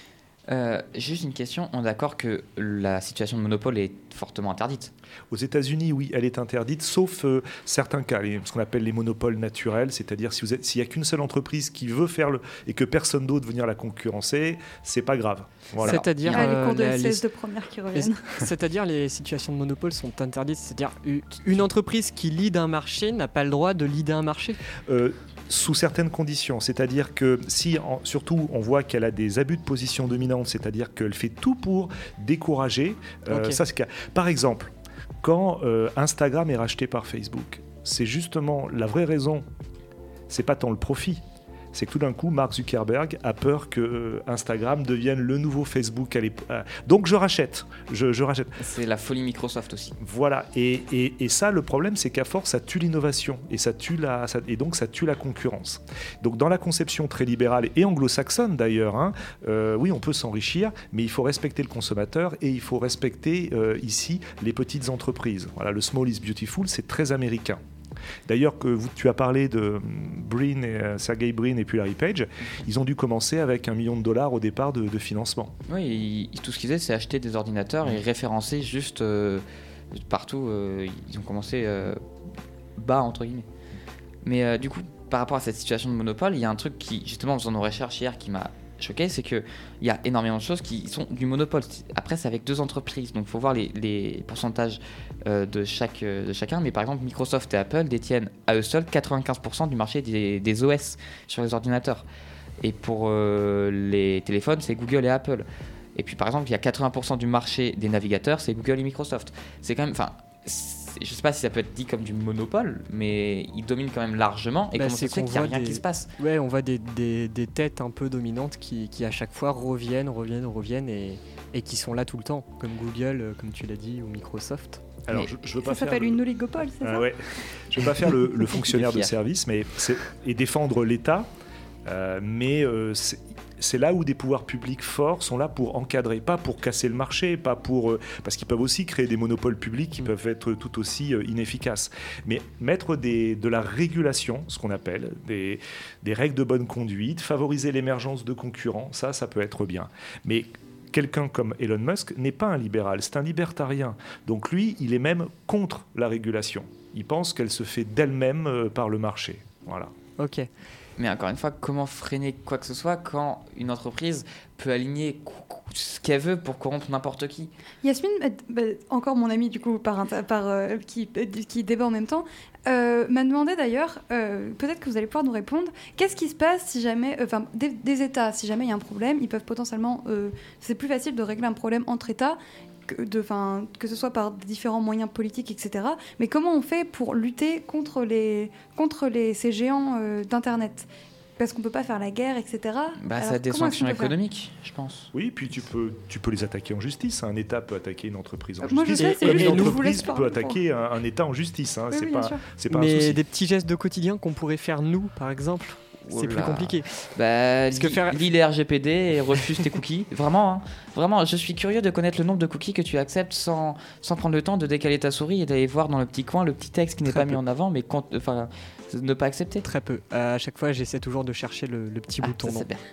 Euh, juste une question, on est d'accord que la situation de monopole est fortement interdite? Aux États-Unis, oui, elle est interdite, sauf euh, certains cas, les, ce qu'on appelle les monopoles naturels, c'est-à-dire si vous êtes, s'il n'y a qu'une seule entreprise qui veut faire le et que personne d'autre veut venir la concurrencer, c'est pas grave. Voilà. C'est-à-dire Ah, les euh, cours de la- S les- S de première qui les- reviennent. c'est-à-dire les situations de monopole sont interdites. C'est-à-dire u- une entreprise qui lead un marché n'a pas le droit de leader un marché. Euh, sous certaines conditions, c'est-à-dire que si, en- surtout, on voit qu'elle a des abus de position dominante, c'est-à-dire qu'elle fait tout pour décourager, euh, Ok. ça c'est ca- par exemple, quand euh, Instagram est racheté par Facebook, c'est justement la vraie raison, c'est pas tant le profit, c'est que tout d'un coup, Mark Zuckerberg a peur que euh, Instagram devienne le nouveau Facebook. à l'ép- euh, Donc je rachète, je, je rachète. C'est la folie Microsoft aussi. Voilà, et, et, et ça, le problème, c'est qu'à force, ça tue l'innovation, et, ça tue la, ça- et donc ça tue la concurrence. Donc dans la conception très libérale, et anglo-saxonne d'ailleurs, hein, euh, oui, on peut s'enrichir, mais il faut respecter le consommateur, et il faut respecter euh, ici les petites entreprises. Voilà, le small is beautiful, c'est très américain. D'ailleurs, que vous, tu as parlé de euh, Brin et, euh, Sergey Brin et puis Larry Page, ils ont dû commencer avec un million de dollars au départ de, de financement. Oui, ils- tout ce qu'ils faisaient, c'est acheter des ordinateurs et référencer juste euh, partout. euh, ils ont commencé euh, bas, entre guillemets. Mais euh, du coup, par rapport à cette situation de monopole, il y a un truc qui, justement, en faisant nos recherches hier, qui m'a choqué, c'est qu'il y a énormément de choses qui sont du monopole. Après, c'est avec deux entreprises, donc il faut voir les, les pourcentages euh, de, chaque, euh, de chacun. Mais par exemple, Microsoft et Apple détiennent à eux seuls quatre-vingt-quinze pour cent du marché des, des O S sur les ordinateurs. Et pour euh, les téléphones, c'est Google et Apple. Et puis par exemple, il y a quatre-vingts pour cent du marché des navigateurs, c'est Google et Microsoft. C'est quand même, enfin, c'est- je sais pas si ça peut être dit comme du monopole, mais ils dominent quand même largement. Et Bah, comment c'est ça se fait qu'on qu'il n'y a voit rien des- qui se passe? Ouais, on voit des, des- des têtes un peu dominantes qui, qui à chaque fois reviennent, reviennent, reviennent et, et qui sont là tout le temps, comme Google, euh, comme tu l'as dit, ou Microsoft. Alors, Mais je, je veux Ça pas faire s'appelle le- une oligopole, c'est Ah ça ouais. Je ne veux pas faire le, le fonctionnaire de fier. service mais c'est- et défendre l'État, euh, mais euh, c'est c'est là où des pouvoirs publics forts sont là pour encadrer, pas pour casser le marché, pas pour euh, parce qu'ils peuvent aussi créer des monopoles publics qui peuvent être tout aussi euh, inefficaces. Mais mettre des, de la régulation, ce qu'on appelle des, des règles de bonne conduite, favoriser l'émergence de concurrents, ça, ça peut être bien. Mais quelqu'un comme Elon Musk n'est pas un libéral, c'est un libertarien. Donc lui, il est même contre la régulation. Il pense qu'elle se fait d'elle-même euh, par le marché. Voilà. Ok. Mais encore une fois, comment freiner quoi que ce soit quand une entreprise peut aligner cou- cou- ce qu'elle veut pour corrompre n'importe qui? Yasmine, euh, bah, encore mon ami du coup par, inter- par euh, qui, euh, qui débat en même temps, euh, m'a demandé d'ailleurs, euh, peut-être que vous allez pouvoir nous répondre, qu'est-ce qui se passe si jamais, euh, enfin des, des États, si jamais il y a un problème, ils peuvent potentiellement, euh, c'est plus facile de régler un problème entre États. Que, de, 'fin, que ce soit par différents moyens politiques, et cetera. Mais comment on fait pour lutter contre, les, contre les, ces géants euh, d'Internet? Parce qu'on ne peut pas faire la guerre, et cetera. Bah, Alors, ça a des comment est-ce qu'on sanctions peut faire? économiques, je pense. Oui, puis tu peux, tu peux les attaquer en justice. Un État peut attaquer une entreprise en Euh, moi, je justice. sais, et c'est comme juste une que je vous laisse entreprise pas peut répondre. attaquer un, un État en justice. Hein. Oui, c'est oui, bien pas, sûr. c'est pas un Mais souci. des petits gestes de quotidien qu'on pourrait faire nous, par exemple, c'est plus Oula. compliqué. Bah, Parce que lis, faire- lis les R G P D et refuse tes cookies. Vraiment, hein. Vraiment, je suis curieux de connaître le nombre de cookies que tu acceptes sans, sans prendre le temps de décaler ta souris et d'aller voir dans le petit coin le petit texte qui n'est Très pas peu. mis en avant, mais compte- enfin, ne pas accepter. Très peu. À chaque fois, j'essaie toujours de chercher le, le petit Ah, bouton. ça, non. c'est bien.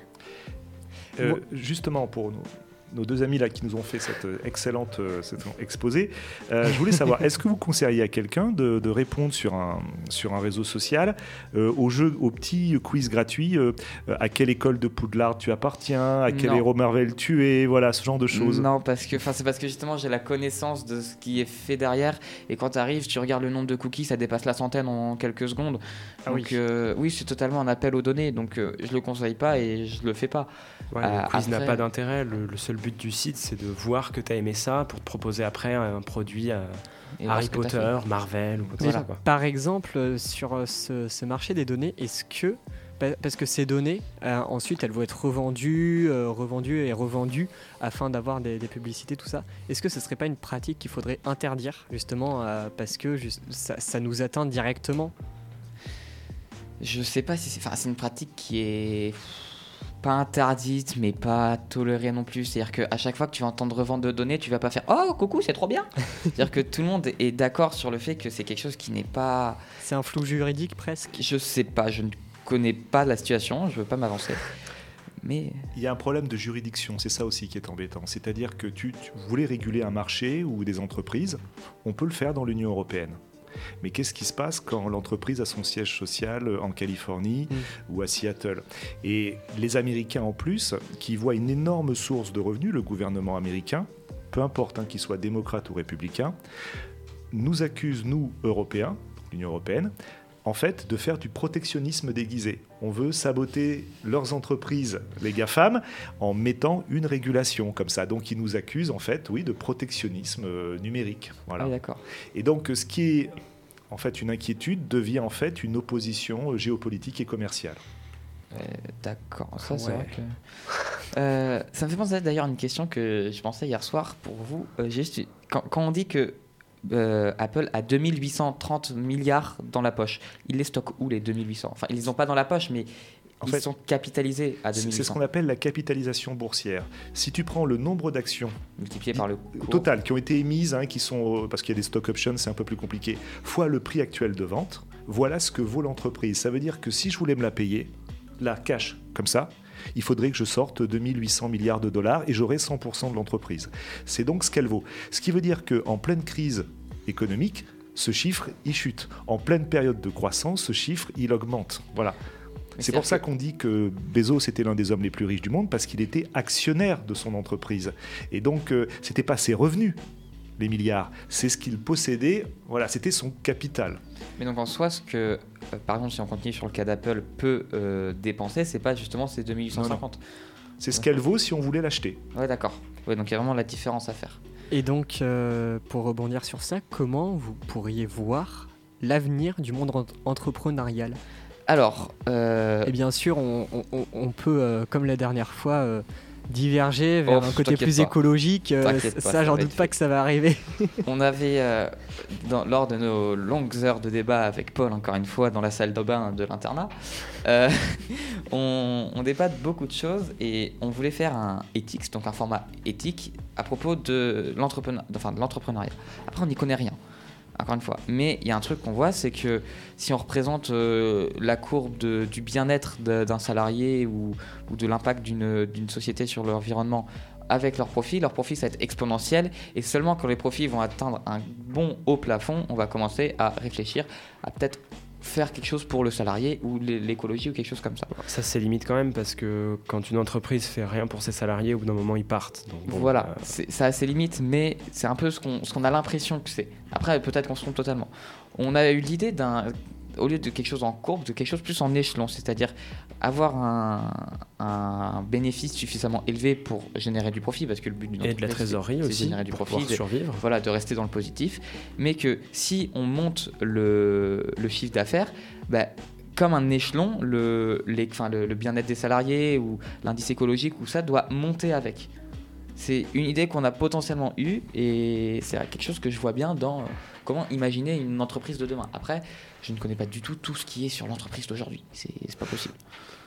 Euh, Moi- justement, pour nos, nos deux amis là qui nous ont fait cette euh, excellente euh, cet exposé, euh, je voulais savoir, est-ce que vous conseilleriez à quelqu'un de, de répondre sur un, sur un réseau social euh, au, jeu, au petit quiz gratuit euh, euh, à quelle école de Poudlard tu appartiens, à quel Non. héros Marvel tu es, voilà, ce genre de choses. Non, parce que, enfin, c'est parce que justement j'ai la connaissance de ce qui est fait derrière, et quand tu arrives, tu regardes le nombre de cookies, ça dépasse la centaine en quelques secondes. Ah donc oui. euh, oui, c'est totalement un appel aux données, donc euh, je le conseille pas et je le fais pas. Ouais, Euh, le quiz n'a après- pas d'intérêt. Le, le seul but du site, c'est de voir que tu as aimé ça pour te proposer après un produit euh, Et voir Harry ce que t'as Potter, Marvel ou quoi que Mais ce soit, quoi. par exemple, euh, sur euh, ce, ce marché des données, est-ce que, pa- parce que ces données, euh, ensuite, elles vont être revendues, euh, revendues et revendues afin d'avoir des, des publicités, tout ça, est-ce que ce serait pas une pratique qu'il faudrait interdire, justement, euh, parce que juste, ça, ça nous atteint directement? Je sais pas si c'est, enfin, c'est une pratique qui est pas interdite, mais pas tolérée non plus. C'est-à-dire qu'à chaque fois que tu vas entendre revendre de données, tu vas pas faire oh coucou, c'est trop bien. C'est-à-dire que tout le monde est d'accord sur le fait que c'est quelque chose qui n'est pas. C'est un flou juridique presque. Je sais pas, je ne connais pas la situation, je veux pas m'avancer. mais... Il y a un problème de juridiction, c'est ça aussi qui est embêtant. C'est-à-dire que tu, tu voulais réguler un marché ou des entreprises, on peut le faire dans l'Union européenne. Mais qu'est-ce qui se passe quand l'entreprise a son siège social en Californie mmh. ou à Seattle ? Et les Américains en plus, qui voient une énorme source de revenus, le gouvernement américain, peu importe hein, qu'il soit démocrate ou républicain, nous accusent, nous, Européens, l'Union européenne, en fait, de faire du protectionnisme déguisé. On veut saboter leurs entreprises, les GAFAM, en mettant une régulation comme ça. Donc, ils nous accusent, en fait, oui, de protectionnisme euh, numérique. Voilà. Ah, d'accord. Et donc, ce qui est, en fait, une inquiétude devient, en fait, une opposition géopolitique et commerciale. Euh, d'accord, ça, ouais. c'est vrai que... Euh, ça me fait penser, d'ailleurs, à une question que je pensais hier soir pour vous. Euh, juste, quand, quand on dit que Euh, Apple a deux mille huit cent trente milliards dans la poche. Ils les stockent où, les deux mille huit cents ? Enfin, ils les ont pas dans la poche, mais en ils fait, sont capitalisés à deux mille huit cents. C'est ce qu'on appelle la capitalisation boursière. Si tu prends le nombre d'actions multiplié par le cours total qui ont été émises, hein, qui sont, parce qu'il y a des stock options, c'est un peu plus compliqué, fois le prix actuel de vente, voilà ce que vaut l'entreprise. Ça veut dire que si je voulais me la payer, la cash, comme ça, il faudrait que je sorte deux mille huit cents milliards de dollars et j'aurai cent pour cent de l'entreprise. C'est donc ce qu'elle vaut. Ce qui veut dire qu'en pleine crise économique, ce chiffre, il chute. En pleine période de croissance, ce chiffre, il augmente. Voilà. Mais c'est pour ça qu'on dit que Bezos était l'un des hommes les plus riches du monde, parce qu'il était actionnaire de son entreprise. Et donc, euh, ce n'était pas ses revenus, les milliards, c'est ce qu'il possédait, voilà, c'était son capital. Mais donc en soi, ce que, euh, par exemple, si on continue sur le cas d'Apple, peut euh, dépenser, c'est pas justement ces deux mille huit cent cinquante. Non, non. C'est ce qu'elle vaut si on voulait l'acheter. Ouais, d'accord. Ouais, donc il y a vraiment la différence à faire. Et donc, euh, pour rebondir sur ça, comment vous pourriez voir l'avenir du monde ent- entrepreneurial ? Alors, euh... et bien sûr, on, on, on peut, euh, comme la dernière fois, euh, diverger vers oh, un côté plus pas. écologique. Euh, ça, ça, j'en doute pas que ça va arriver. On avait, euh, dans, lors de nos longues heures de débat avec Paul, encore une fois, dans la salle de bain de l'internat, euh, on, on débat de beaucoup de choses et on voulait faire un ethics, donc un format éthique, à propos de, l'entrepreneur, enfin, de l'entrepreneuriat. Après, on n'y connaît rien. Encore une fois. Mais il y a un truc qu'on voit, c'est que si on représente euh, la courbe de, du bien-être de, d'un salarié ou, ou de l'impact d'une, d'une société sur l'environnement avec leurs profits, leurs profits ça va être exponentiel et seulement quand les profits vont atteindre un bon haut plafond, on va commencer à réfléchir à peut-être faire quelque chose pour le salarié ou l'écologie ou quelque chose comme ça. Ça c'est limite quand même parce que quand une entreprise fait rien pour ses salariés, au bout d'un moment ils partent. Donc, bon, voilà, euh... c'est, ça a ses limites, mais c'est un peu ce qu'on, ce qu'on a l'impression que c'est. Après peut-être qu'on se trompe totalement. On a eu l'idée d'un, au lieu de quelque chose en courbe, de quelque chose plus en échelon, c'est-à-dire avoir un, un bénéfice suffisamment élevé pour générer du profit, parce que le but d'une entreprise, et de la trésorerie c'est, aussi, c'est générer du pour profit, pouvoir survivre. De, voilà, de rester dans le positif, mais que si on monte le, le chiffre d'affaires, bah, comme un échelon, le, les, enfin, le, le bien-être des salariés ou l'indice écologique, ou ça doit monter avec. C'est une idée qu'on a potentiellement eue et c'est quelque chose que je vois bien dans euh, comment imaginer une entreprise de demain. Après, je ne connais pas du tout tout ce qui est sur l'entreprise d'aujourd'hui. C'est, c'est pas possible.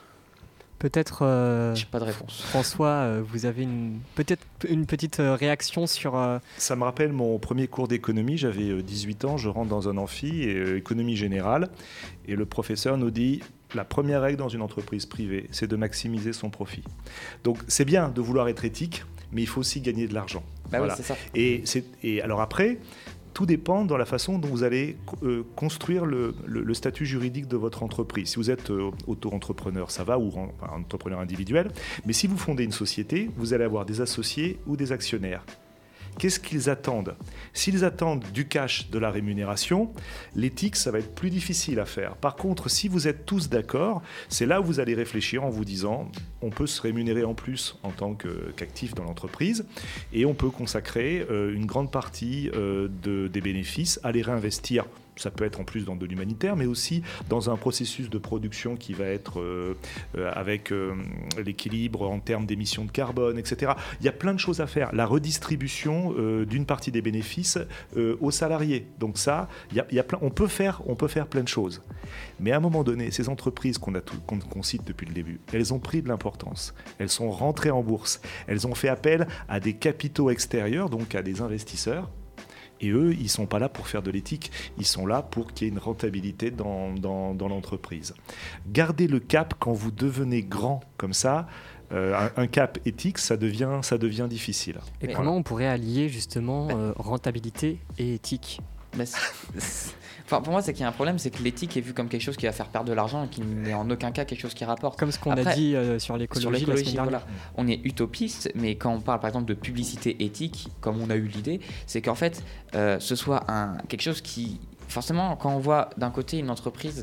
Peut-être, euh, j'ai pas de réponse. François, euh, vous avez une, peut-être une petite euh, réaction sur... Euh... Ça me rappelle mon premier cours d'économie, j'avais euh, dix-huit ans, je rentre dans un amphi, et, euh, économie générale, et le professeur nous dit... La première règle dans une entreprise privée, c'est de maximiser son profit. Donc c'est bien de vouloir être éthique, mais il faut aussi gagner de l'argent. Bah voilà. Oui, c'est ça. Et, c'est, et alors après, tout dépend dans la façon dont vous allez euh, construire le, le, le statut juridique de votre entreprise. Si vous êtes euh, auto-entrepreneur, ça va, ou en, enfin, entrepreneur individuel. Mais si vous fondez une société, vous allez avoir des associés ou des actionnaires. Qu'est-ce qu'ils attendent ? S'ils attendent du cash, de la rémunération, l'éthique, ça va être plus difficile à faire. Par contre, si vous êtes tous d'accord, c'est là où vous allez réfléchir en vous disant on peut se rémunérer en plus en tant que, qu'actif dans l'entreprise et on peut consacrer euh, une grande partie euh, de, des bénéfices à les réinvestir. Ça peut être en plus dans de l'humanitaire, mais aussi dans un processus de production qui va être euh, euh, avec euh, l'équilibre en termes d'émissions de carbone, et cetera. Il y a plein de choses à faire. La redistribution euh, d'une partie des bénéfices euh, aux salariés. Donc ça, il y a, il y a plein, on peut faire, on peut faire plein de choses. Mais à un moment donné, ces entreprises qu'on, a tout, qu'on, qu'on cite depuis le début, elles ont pris de l'importance. Elles sont rentrées en bourse. Elles ont fait appel à des capitaux extérieurs, donc à des investisseurs. Et eux, ils ne sont pas là pour faire de l'éthique, ils sont là pour qu'il y ait une rentabilité dans, dans, dans l'entreprise. Gardez le cap quand vous devenez grand comme ça, euh, un, un cap éthique, ça devient, ça devient difficile. Et Mais comment on pourrait allier justement Bah. euh, rentabilité et éthique? Bah, c'est- c'est- Enfin, pour moi, c'est qu'il y a un problème, c'est que l'éthique est vue comme quelque chose qui va faire perdre de l'argent et qui n'est en aucun cas quelque chose qui rapporte. Comme ce qu'on a Après, dit euh, sur l'écologie Sur la l'écologie, semaine dernière. voilà. On est utopiste, mais quand on parle par exemple de publicité éthique, comme on a eu l'idée, c'est qu'en fait, euh, ce soit un, quelque chose qui, forcément, quand on voit d'un côté une entreprise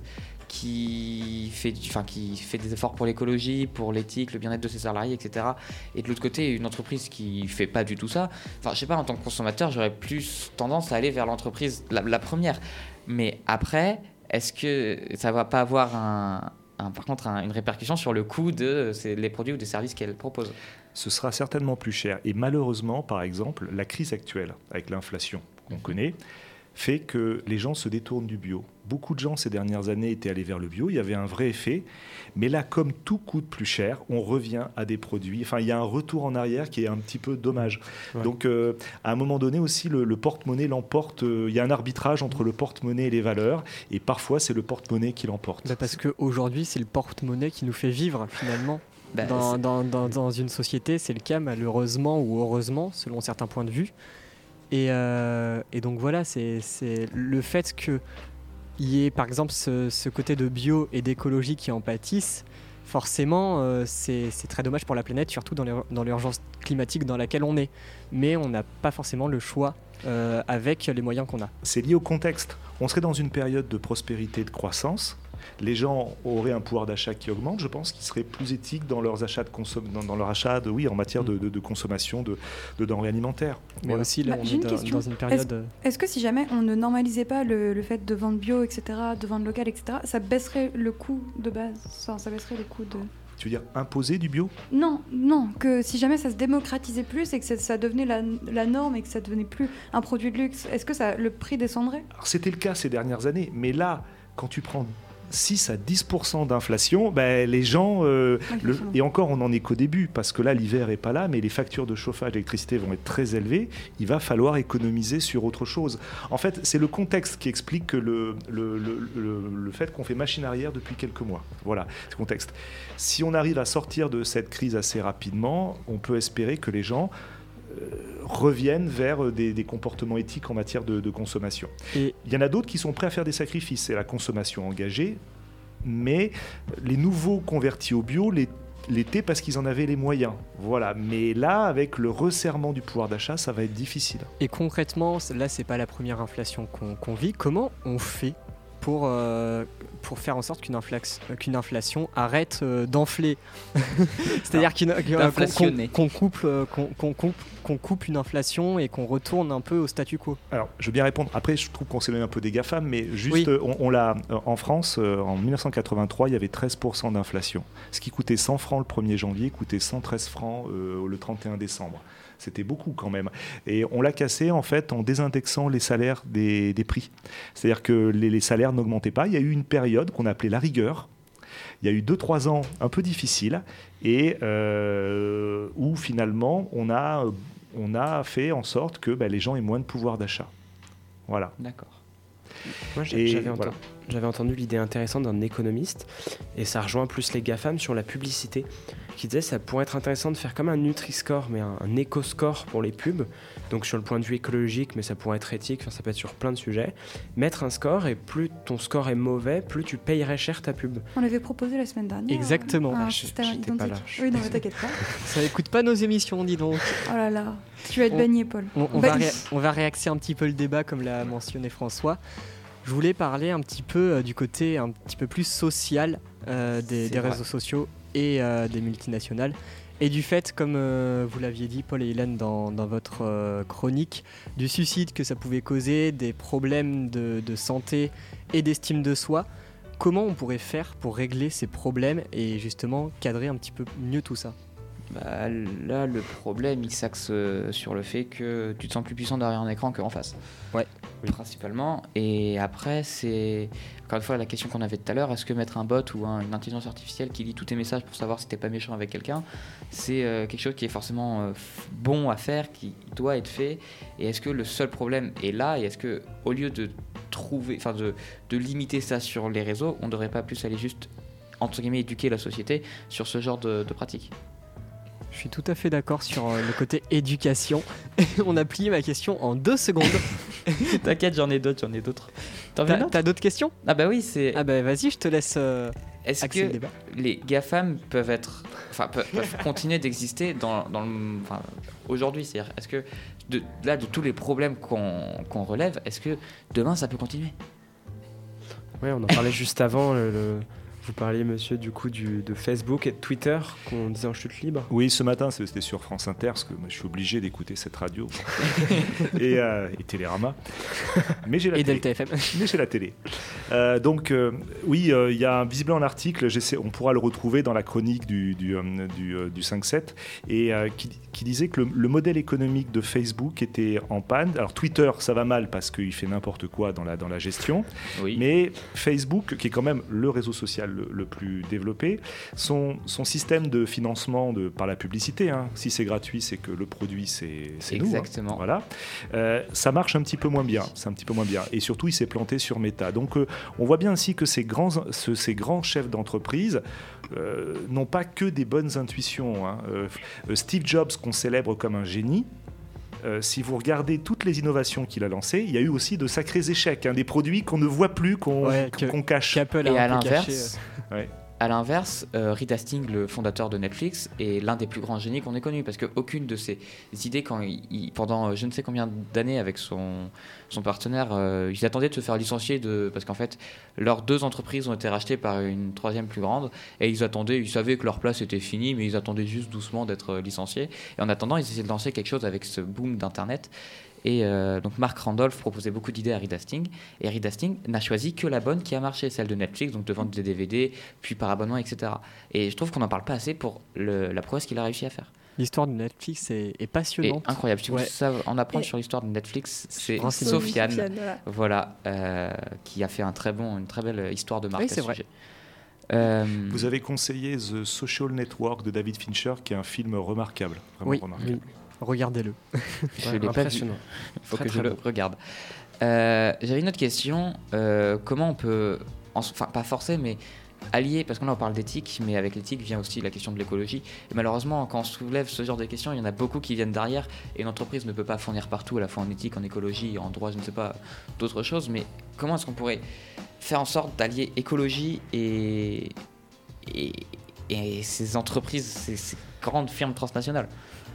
qui fait, du- enfin, qui fait des efforts pour l'écologie, pour l'éthique, le bien-être de ses salariés, et cetera, et de l'autre côté, une entreprise qui fait pas du tout ça, enfin, je sais pas, en tant que consommateur, j'aurais plus tendance à aller vers l'entreprise, la, la première. Mais après, est-ce que ça va pas avoir un, un- par contre un- une répercussion sur le coût de ces- les produits ou des services qu'elle propose? Ce sera certainement plus cher. Et malheureusement, par exemple, la crise actuelle, avec l'inflation qu'on connaît, fait que les gens se détournent du bio. Beaucoup de gens ces dernières années étaient allés vers le bio, il y avait un vrai effet. Mais là, comme tout coûte plus cher, on revient à des produits. Enfin, il y a un retour en arrière qui est un petit peu dommage. Ouais. Donc, euh, à un moment donné aussi, le, le porte-monnaie l'emporte. Euh, il y a un arbitrage entre le porte-monnaie et les valeurs. Et parfois, c'est le porte-monnaie qui l'emporte. Bah, parce qu'aujourd'hui, c'est le porte-monnaie qui nous fait vivre finalement. Bah, dans, c'est- dans, dans, dans une société, c'est le cas malheureusement ou heureusement, selon certains points de vue. Et, euh, et donc voilà, c'est c'est le fait qu'il y ait par exemple ce, ce côté de bio et d'écologie qui en pâtissent, forcément euh, c'est c'est très dommage pour la planète, surtout dans l'ur- dans l'urgence climatique dans laquelle on est. Mais on n'a pas forcément le choix euh, avec les moyens qu'on a. C'est lié au contexte. On serait dans une période de prospérité, de croissance. Les gens auraient un pouvoir d'achat qui augmente, je pense, qu'ils seraient plus éthiques dans leurs achats de consom- dans, dans leur achat de, oui, en matière de, de- de consommation de, de denrées alimentaires. Mais Voilà. aussi là, Bah, on j'ai est une dans, question. dans une période. euh, Est-ce que si jamais on ne normalisait pas le, le fait de vendre bio, et cetera, de vendre local, et cetera, ça baisserait le coût de base, enfin, ça baisserait les coûts de... Tu veux dire imposer du bio? Non, non, que si jamais ça se démocratisait plus et que ça, ça devenait la, la norme et que ça devenait plus un produit de luxe, est-ce que ça, le prix descendrait? Alors, c'était le cas ces dernières années, mais là, quand tu prends six à dix pour cent d'inflation, ben, les gens... euh, Ouais, le- forcément. et encore, on n'en est qu'au début, parce que là, l'hiver n'est pas là, mais les factures de chauffage, d'électricité vont être très élevées. Il va falloir économiser sur autre chose. En fait, c'est le contexte qui explique que le, le, le, le- le fait qu'on fait machine arrière depuis quelques mois. Voilà, c'est le contexte. Si on arrive à sortir de cette crise assez rapidement, on peut espérer que les gens euh, reviennent vers des, des comportements éthiques en matière de, de consommation. Et Il y en a d'autres qui sont prêts à faire des sacrifices, c'est la consommation engagée, mais les nouveaux convertis au bio l'é- l'étaient parce qu'ils en avaient les moyens. Voilà, mais là, avec le resserrement du pouvoir d'achat, ça va être difficile. Et concrètement, là, c'est pas la première inflation qu'on qu'on vit. Comment on fait pour, euh, pour faire en sorte qu'une inflax- euh, qu'une inflation arrête euh, d'enfler? C'est-à-dire qu'une- qu'un- qu'on d'inflationner. qu'on coupe, euh, qu'on qu'on coupe, qu'on coupe une inflation et qu'on retourne un peu au statu quo. Alors, je veux bien répondre. Après, je trouve qu'on s'éloigne un peu des GAFAM, mais juste, Oui. euh, on, on l'a euh, en France, euh, en mille neuf cent quatre-vingt-trois, il y avait treize pour cent d'inflation. Ce qui coûtait cent francs le premier janvier coûtait cent treize francs euh, le trente et un décembre. C'était beaucoup quand même. Et on l'a cassé en fait en désindexant les salaires des, des prix. C'est-à-dire que les, les salaires n'augmentaient pas. Il y a eu une période qu'on appelait la rigueur. Il y a eu deux trois ans un peu difficiles et euh, où finalement on a, on a fait en sorte que bah, les gens aient moins de pouvoir d'achat. Voilà. D'accord. Moi, j'a- Et j'avais voilà. entendu, j'avais entendu l'idée intéressante d'un économiste, et ça rejoint plus les GAFAM sur la publicité, qui disait que ça pourrait être intéressant de faire comme un Nutri-Score, mais un, un éco-score pour les pubs, donc sur le point de vue écologique, mais ça pourrait être éthique, enfin, ça peut être sur plein de sujets. Mettre un score, et plus ton score est mauvais, plus tu payerais cher ta pub. On l'avait proposé la semaine dernière. Exactement. Un Ah, je- système j'étais pas identique. là, je- Oui, non, mais t'inquiète pas. Ça écoute pas nos émissions, dis donc. Oh là là, tu vas être On- banni, Paul. On, on Bah, va ré- on va réaxer un petit peu le débat, comme l'a mentionné François. Je voulais parler un petit peu euh, du côté un petit peu plus social euh, des, C'est des vrai. réseaux sociaux et euh, des multinationales. Et du fait, comme euh, vous l'aviez dit, Paul et Hélène, dans, dans votre euh, chronique, du suicide que ça pouvait causer, des problèmes de, de santé et d'estime de soi. Comment on pourrait faire pour régler ces problèmes et justement cadrer un petit peu mieux tout ça? Bah, là, le problème, il s'axe euh, sur le fait que tu te sens plus puissant derrière un écran qu'en face. Ouais. Principalement. Et après, c'est encore une fois la question qu'on avait tout à l'heure, est-ce que mettre un bot ou un- une intelligence artificielle qui lit tous tes messages pour savoir si t'es pas méchant avec quelqu'un, c'est euh, quelque chose qui est forcément euh, f- bon à faire, qui doit être fait. Et est-ce que le seul problème est là, et est-ce que au lieu de trouver, enfin de, de limiter ça sur les réseaux, on devrait pas plus aller juste entre guillemets éduquer la société sur ce genre de, de pratiques? Je suis tout à fait d'accord sur euh, le côté éducation. On a plié ma question en deux secondes. T'inquiète, j'en ai d'autres, j'en ai d'autres. T'en veux T'as, une autre t'as d'autres questions? Ah bah oui, c'est... Ah bah vas-y, je te laisse euh, Est-ce axer le que débat. les GAFAM peuvent être, enfin peuvent, peuvent continuer d'exister dans, dans le, enfin, aujourd'hui, c'est-à-dire, est-ce que de, là de tous les problèmes qu'on, qu'on relève, est-ce que demain ça peut continuer? Ouais, on en parlait juste avant. Le, le- Vous parliez, monsieur, du coup, du, de Facebook et de Twitter qu'on disait en chute libre. Oui, ce matin, c'était sur France Inter, parce que moi, je suis obligé d'écouter cette radio. et, euh, et Télérama. Mais j'ai la Et télé. Delta F M. Mais j'ai la télé. Euh, donc, euh, oui, euh, il y a un, visiblement un article, j'essaie, on pourra le retrouver dans la chronique du, du, euh, du, euh, du cinq sept, et euh, qui, qui disait que le, le modèle économique de Facebook était en panne. Alors, Twitter, ça va mal parce qu'il fait n'importe quoi dans la, dans la gestion. Oui. Mais Facebook, qui est quand même le réseau social le, le plus développé, son, son système de financement de, par la publicité, hein, si c'est gratuit, c'est que le produit, c'est, c'est nous. Exactement. Hein, voilà. Euh, ça marche un petit peu moins bien. C'est un petit peu moins bien. Et surtout, il s'est planté sur Meta. Donc, euh, on voit bien ainsi que ces grands, ce, ces grands chefs d'entreprise euh, n'ont pas que des bonnes intuitions. Hein. Euh, Steve Jobs, qu'on célèbre comme un génie, Euh, si vous regardez toutes les innovations qu'il a lancées, il y a eu aussi de sacrés échecs, hein, des produits qu'on ne voit plus, qu'on, Ouais, que- qu'on cache. Qu'Apple a Et un à peu caché, l'inverse, Ouais. à l'inverse, euh, Reed Hastings, le fondateur de Netflix, est l'un des plus grands génies qu'on ait connus, parce qu'aucune de ses idées, quand il, il- pendant euh, je ne sais combien d'années avec son, son partenaire, euh, ils attendaient de se faire licencier, de, parce qu'en fait, leurs deux entreprises ont été rachetées par une troisième plus grande, et ils attendaient, ils savaient que leur place était finie, mais ils attendaient juste doucement d'être euh, licenciés. Et en attendant, ils essayaient de lancer quelque chose avec ce boom d'Internet. Et euh, donc Mark Randolph proposait beaucoup d'idées à Reed Hastings, et Reed Hastings n'a choisi que la bonne qui a marché, celle de Netflix, donc de vendre des D V D, puis par abonnement, et cetera. Et je trouve qu'on n'en parle pas assez pour le, la prouesse qu'il a réussi à faire. L'histoire de Netflix est, est Et passionnante. incroyable. Si Ouais. vous savez en apprendre Et- sur l'histoire de Netflix, c'est Renseigne- Sofiane, voilà. voilà, euh, qui a fait un très bon, une très belle histoire de marque Oui, à c'est ce vrai. sujet. Euh, Vous avez conseillé The Social Network de David Fincher, qui est un film remarquable. Vraiment Oui. remarquable. Regardez-le. je Ouais, l'ai pas vu. impressionnant. Il faut Très, que je très le beau. regarde. Euh, J'avais une autre question. Euh, comment on peut, en- enfin pas forcer, mais allier, parce qu'on là on parle d'éthique, mais avec l'éthique vient aussi la question de l'écologie. Et malheureusement, quand on soulève ce genre de questions, il y en a beaucoup qui viennent derrière, et une entreprise ne peut pas fournir partout, à la fois en éthique, en écologie, en droit, je ne sais pas, d'autres choses. Mais comment est-ce qu'on pourrait faire en sorte d'allier écologie et, et, et ces entreprises, ces, ces grandes firmes transnationales?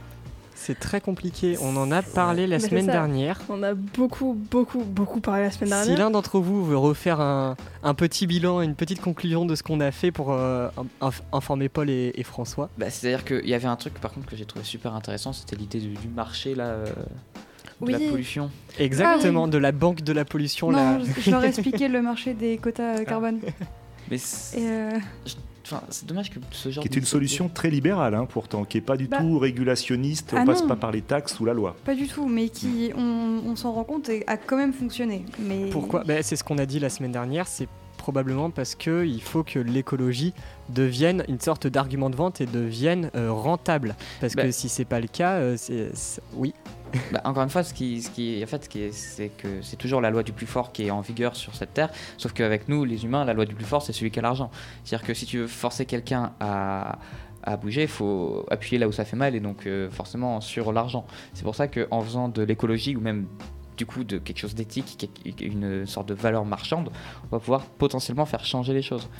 C'est très compliqué. On en a parlé la Mais c'est semaine ça. dernière. On a beaucoup, beaucoup, beaucoup parlé la semaine Si dernière. l'un d'entre vous veut refaire un, un petit bilan, une petite conclusion de ce qu'on a fait pour euh, inf- informer Paul et, et François. Bah, c'est-à-dire qu'il y avait un truc par contre que j'ai trouvé super intéressant, c'était l'idée du, du marché là, euh, de Oui. la pollution. Exactement, de la banque de la pollution. Non, là. je, je leur ai expliqué le marché des quotas euh, carbone. Mais c'est Et euh, enfin, c'est dommage que ce genre Qui est de- une solution très libérale, hein, pourtant, qui n'est pas du Bah. tout régulationniste, on Ah passe non. pas par les taxes ou la loi. pas du tout, mais qui, on, on s'en rend compte, et a quand même fonctionné. Mais Pourquoi Ben, c'est ce qu'on a dit la semaine dernière, c'est probablement parce qu'il faut que l'écologie devienne une sorte d'argument de vente et devienne euh, rentable. Parce Bah. que si c'est pas le cas, euh, c'est, c'est- oui. Bah, encore une fois, ce qui, ce qui, en fait, ce qui est, c'est que c'est toujours la loi du plus fort qui est en vigueur sur cette terre. Sauf qu'avec nous, les humains, la loi du plus fort, c'est celui qui a l'argent. C'est-à-dire que si tu veux forcer quelqu'un à, à bouger, il faut appuyer là où ça fait mal, et donc euh, forcément sur l'argent. C'est pour ça qu'en faisant de l'écologie ou même du coup de quelque chose d'éthique, quelque- une sorte de valeur marchande, on va pouvoir potentiellement faire changer les choses.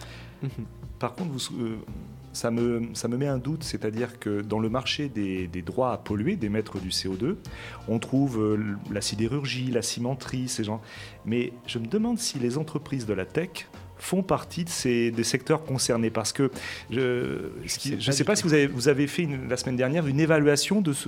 Par contre, vous, euh, ça, me, ça me met un doute, c'est-à-dire que dans le marché des, des droits à polluer, d'émettre du C O deux, on trouve euh, la sidérurgie, la cimenterie, ces gens. Mais je me demande si les entreprises de la tech font partie de ces, des secteurs concernés, parce que je ce qui- je ne sais pas si vous avez, vous avez fait une- la semaine dernière une évaluation de ce,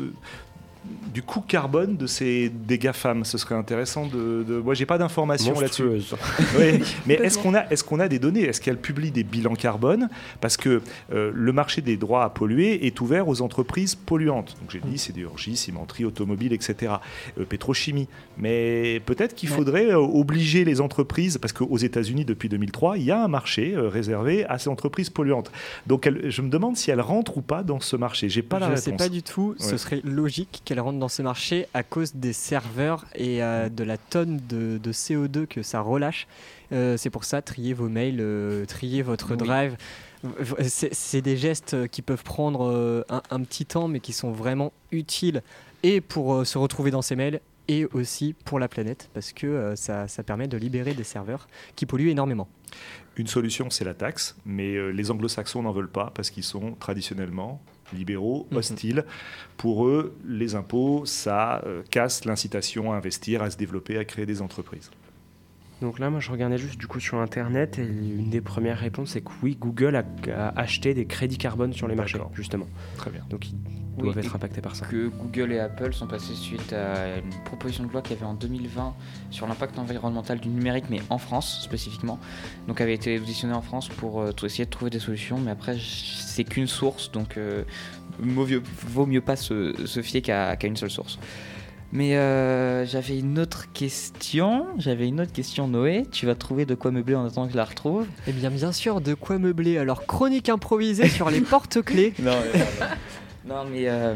du coût carbone de ces des GAFAM. Ce serait intéressant de... de moi, j'ai pas d'informations là-dessus. Monstrueuse. Oui, mais est-ce qu'on a, est-ce qu'on a des données? Est-ce qu'elle publie des bilans carbone? Parce que euh, le marché des droits à polluer est ouvert aux entreprises polluantes. Donc j'ai dit sidérurgie, cimenterie, automobile, et cetera. Euh, pétrochimie. Mais peut-être qu'il Ouais. faudrait euh, obliger les entreprises, parce qu'aux États-Unis depuis deux mille trois, il y a un marché euh, réservé à ces entreprises polluantes. Donc elle- je me demande si elles rentrent ou pas dans ce marché. J'ai pas la Je ne réponse. sais pas du tout, ce Ouais. serait logique qu'elle rentre dans ce marché à cause des serveurs et euh, de la tonne de, de C O deux que ça relâche. Euh, c'est pour ça, triez vos mails, euh, triez votre Oui. drive. c'est, c'est des gestes qui peuvent prendre euh, un, un petit temps, mais qui sont vraiment utiles et pour euh, se retrouver dans ses mails et aussi pour la planète, parce que euh, ça, ça permet de libérer des serveurs qui polluent énormément. Une solution, c'est la taxe, mais euh, les anglo-saxons n'en veulent pas parce qu'ils sont traditionnellement libéraux, hostiles. Mm-hmm. Pour eux, les impôts, ça euh, casse l'incitation à investir, à se développer, à créer des entreprises. Donc là, moi, je regardais juste du coup sur Internet et une des premières réponses, c'est que oui, Google a, a acheté des crédits carbone sur les marchés, D'accord. justement. Très bien. Donc ils Oui, doivent et être impactés par ça. Que Google et Apple sont passés suite à une proposition de loi qu'il y avait en deux mille vingt sur l'impact environnemental du numérique, mais en France spécifiquement. Donc avait été auditionné en France pour euh, essayer de trouver des solutions, mais après c'est qu'une source, donc euh, vaut, mieux, vaut mieux pas se, se fier qu'à, qu'à une seule source. Mais euh, j'avais une autre question, j'avais une autre question Noé, tu vas trouver de quoi meubler en attendant que je la retrouve. Eh bien bien sûr, de quoi meubler. Alors chronique improvisée sur les porte-clés. Non mais, non, mais euh,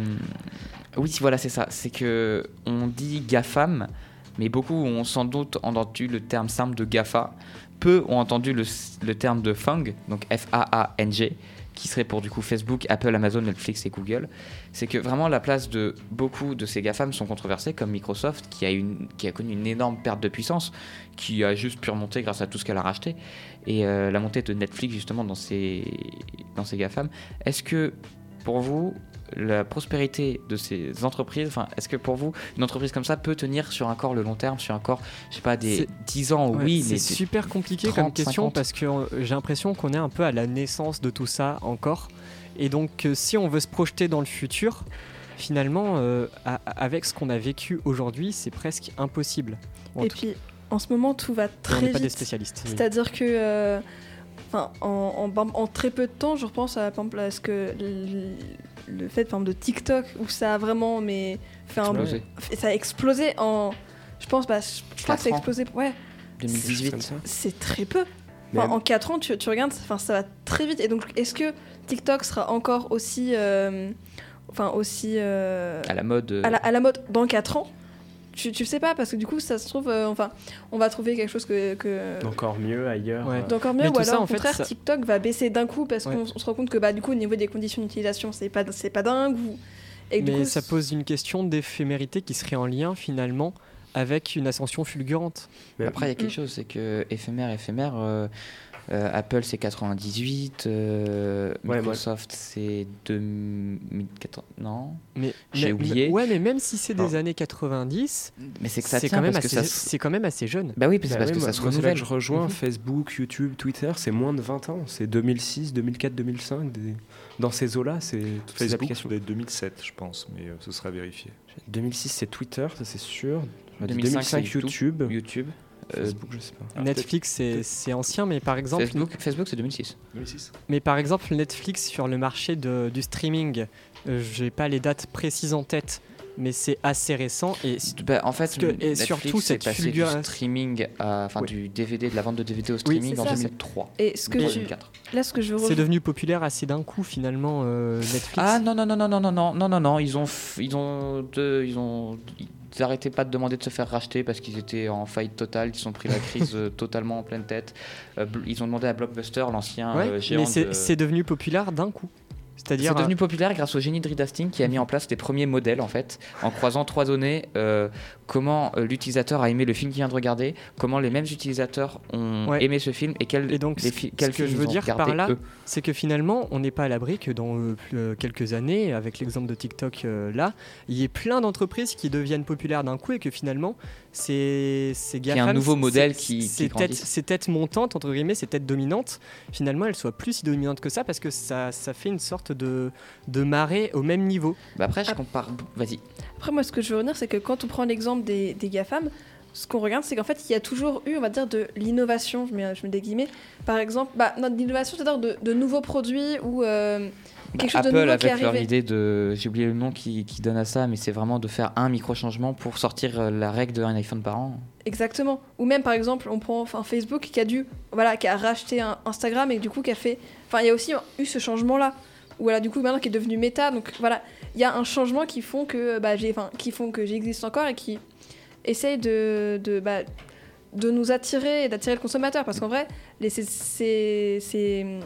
oui voilà c'est ça, c'est que on dit GAFAM, mais beaucoup ont sans doute entendu le terme simple de GAFA, peu ont entendu le, le terme de FANG, donc F A A N G, qui serait pour du coup Facebook, Apple, Amazon, Netflix et Google. C'est que vraiment la place de beaucoup de ces GAFAM sont controversées, comme Microsoft qui a, une, qui a connu une énorme perte de puissance, qui a juste pu remonter grâce à tout ce qu'elle a racheté, et euh, la montée de Netflix justement dans ces, dans ces GAFAM. Est-ce que pour vous, la prospérité de ces entreprises, enfin, est-ce que pour vous, une entreprise comme ça peut tenir sur encore le long terme, sur encore, je sais pas, des c'est... dix ans, ouais, oui, c'est mais super compliqué trente, comme question cinquante. parce que euh, j'ai l'impression qu'on est un peu à la naissance de tout ça encore. Et donc, euh, si on veut se projeter dans le futur, finalement, euh, à, avec ce qu'on a vécu aujourd'hui, c'est presque impossible. En Et tout puis, en ce moment, tout va cas, on très n'est pas des vite. spécialistes. Oui. C'est-à-dire que, euh, enfin, en, en, en très peu de temps, je repense à, par exemple, à ce que le, le fait, par exemple, de TikTok, où ça a vraiment, mais fait un, Explosé. ça a explosé en, je pense, bah, je, je crois que ça a quatre ans. explosé, ouais, deux mille dix-huit. Comme ça. c'est très peu. Enfin, Même- en quatre ans, tu, tu regardes, enfin, ça va très vite. Et donc, est-ce que TikTok sera encore aussi, euh, enfin, aussi euh, À la mode. euh, à, la, à la mode dans quatre ans? Tu, tu sais pas, parce que du coup, ça se trouve, euh, enfin, on va trouver quelque chose que, que Encore mieux ailleurs. Ouais. euh, d'encore mieux, Mais ou tout alors ça, au en fait, contraire, ça- TikTok va baisser d'un coup parce Ouais. qu'on on se rend compte que bah, du coup, au niveau des conditions d'utilisation, c'est pas, c'est pas dingue. Ou... Et du Mais coup, ça pose une question d'éphémérité qui serait en lien finalement avec une ascension fulgurante. mais Après, il y a quelque Mm. chose, c'est que éphémère, éphémère, euh, euh, Apple c'est quatre-vingt-dix-huit, euh, Ouais, Microsoft c'est deux mille quatorze, non Mais J'ai mais- oublié. Ouais, mais même si c'est des Ah. années quatre-vingt-dix, Mais c'est que ça c'est tient quand même parce que assez, ça. se- c'est quand même assez jeune. Bah oui, c'est Bah parce oui, que moi- ça se moi, c'est là renouvelle. que je rejoins Mhm. Facebook, YouTube, Twitter, c'est moins de vingt ans. C'est deux mille six, deux mille quatre, deux mille cinq. Des... Dans ces eaux-là, c'est toutes ces Facebook, applications. ça doit être deux mille sept, je pense, mais euh, ce sera vérifié. deux mille six, c'est Twitter, ça c'est sûr. deux mille cinq, deux mille cinq, c'est YouTube. YouTube. euh, Facebook, je sais pas. Netflix, c'est, c'est ancien, mais par exemple, Facebook, Facebook c'est deux mille six. deux mille six. mais par exemple, Netflix sur le marché de- du streaming, euh, j'ai pas les dates précises en tête, mais c'est assez récent et Bah, en fait, que- et Netflix surtout, c'est cette passé fulgura- du streaming, à- enfin Oui. du D V D, de la vente de D V D au streaming c'est en ça, deux mille trois. et ce que Mais- tu... deux mille quatre. là, ce que je veux c'est rejoindre- devenu populaire assez d'un coup finalement euh, Netflix. Ah non non non non non non non non non non ils ont f- ils ont de, ils ont ils arrêtaient pas de demander de se faire racheter parce qu'ils étaient en faillite totale, ils se sont pris la crise euh, totalement en pleine tête. Euh, Bl- ils ont demandé à Blockbuster, l'ancien Ouais, euh, géant mais c'est, de- c'est devenu populaire d'un coup. C'est-à-dire C'est devenu populaire grâce au génie de Reed Hastings qui a mis en place les premiers modèles en fait, en croisant trois données, euh, comment euh, l'utilisateur a aimé le film qu'il vient de regarder, comment les mêmes utilisateurs ont Ouais. aimé ce film et quels Et donc, les ce- fi- ce quels que films je ils veux ont dire regardé, par là, eux. c'est que finalement, on n'est pas à l'abri que dans euh, plus- euh, quelques années, avec l'exemple de TikTok euh, là, il y ait plein d'entreprises qui deviennent populaires d'un coup et que finalement, ces, ces y a un GAFAM, nouveau ces- modèle ces- qui- qui ces têtes, grandisse. ces têtes montantes, entre guillemets, ces têtes dominantes, finalement, elles soient plus si dominantes que ça parce que ça, ça fait une sorte de, de marée au même niveau. Bah après je Ah. compare, vas-y. Après, moi, ce que je veux revenir, c'est que quand on prend l'exemple des, des GAFAM, ce qu'on regarde, c'est qu'en fait, il y a toujours eu, on va dire, de l'innovation, je mets, je mets des guillemets. Par exemple, bah, non, de l'innovation, c'est-à-dire de, de nouveaux produits ou euh, quelque chose Apple de nouveau qui est avec leur arrivé. idée de, j'ai oublié le nom qui, qui donne à ça, mais c'est vraiment de faire un micro changement pour sortir euh, la règle d'un iPhone par an. Exactement. Ou même, par exemple, on prend enfin, Facebook qui a dû, voilà, qui a racheté un Instagram et du coup qui a fait, enfin, il y a aussi eu ce changement-là. Ou voilà, du coup, maintenant qui est devenu Meta. Donc voilà, il y a un changement qui font que, bah, j'ai, enfin, qui font que j'existe encore et qui essayent de, de, bah, de nous attirer et d'attirer le consommateur. Parce qu'en vrai, les, ces, ces, ces,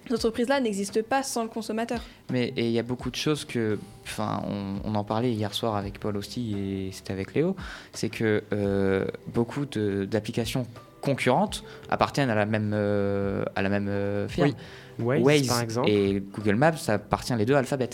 cette entreprise-là n'existe pas sans le consommateur. Mais il y a beaucoup de choses que, enfin, on, on en parlait hier soir avec Paul aussi et c'était avec Léo, c'est que euh, beaucoup de, d'applications concurrentes appartiennent à la même, euh, à la même euh, firme. Oui. Waze, Waze par exemple. et Google Maps, ça appartient les deux à Alphabet.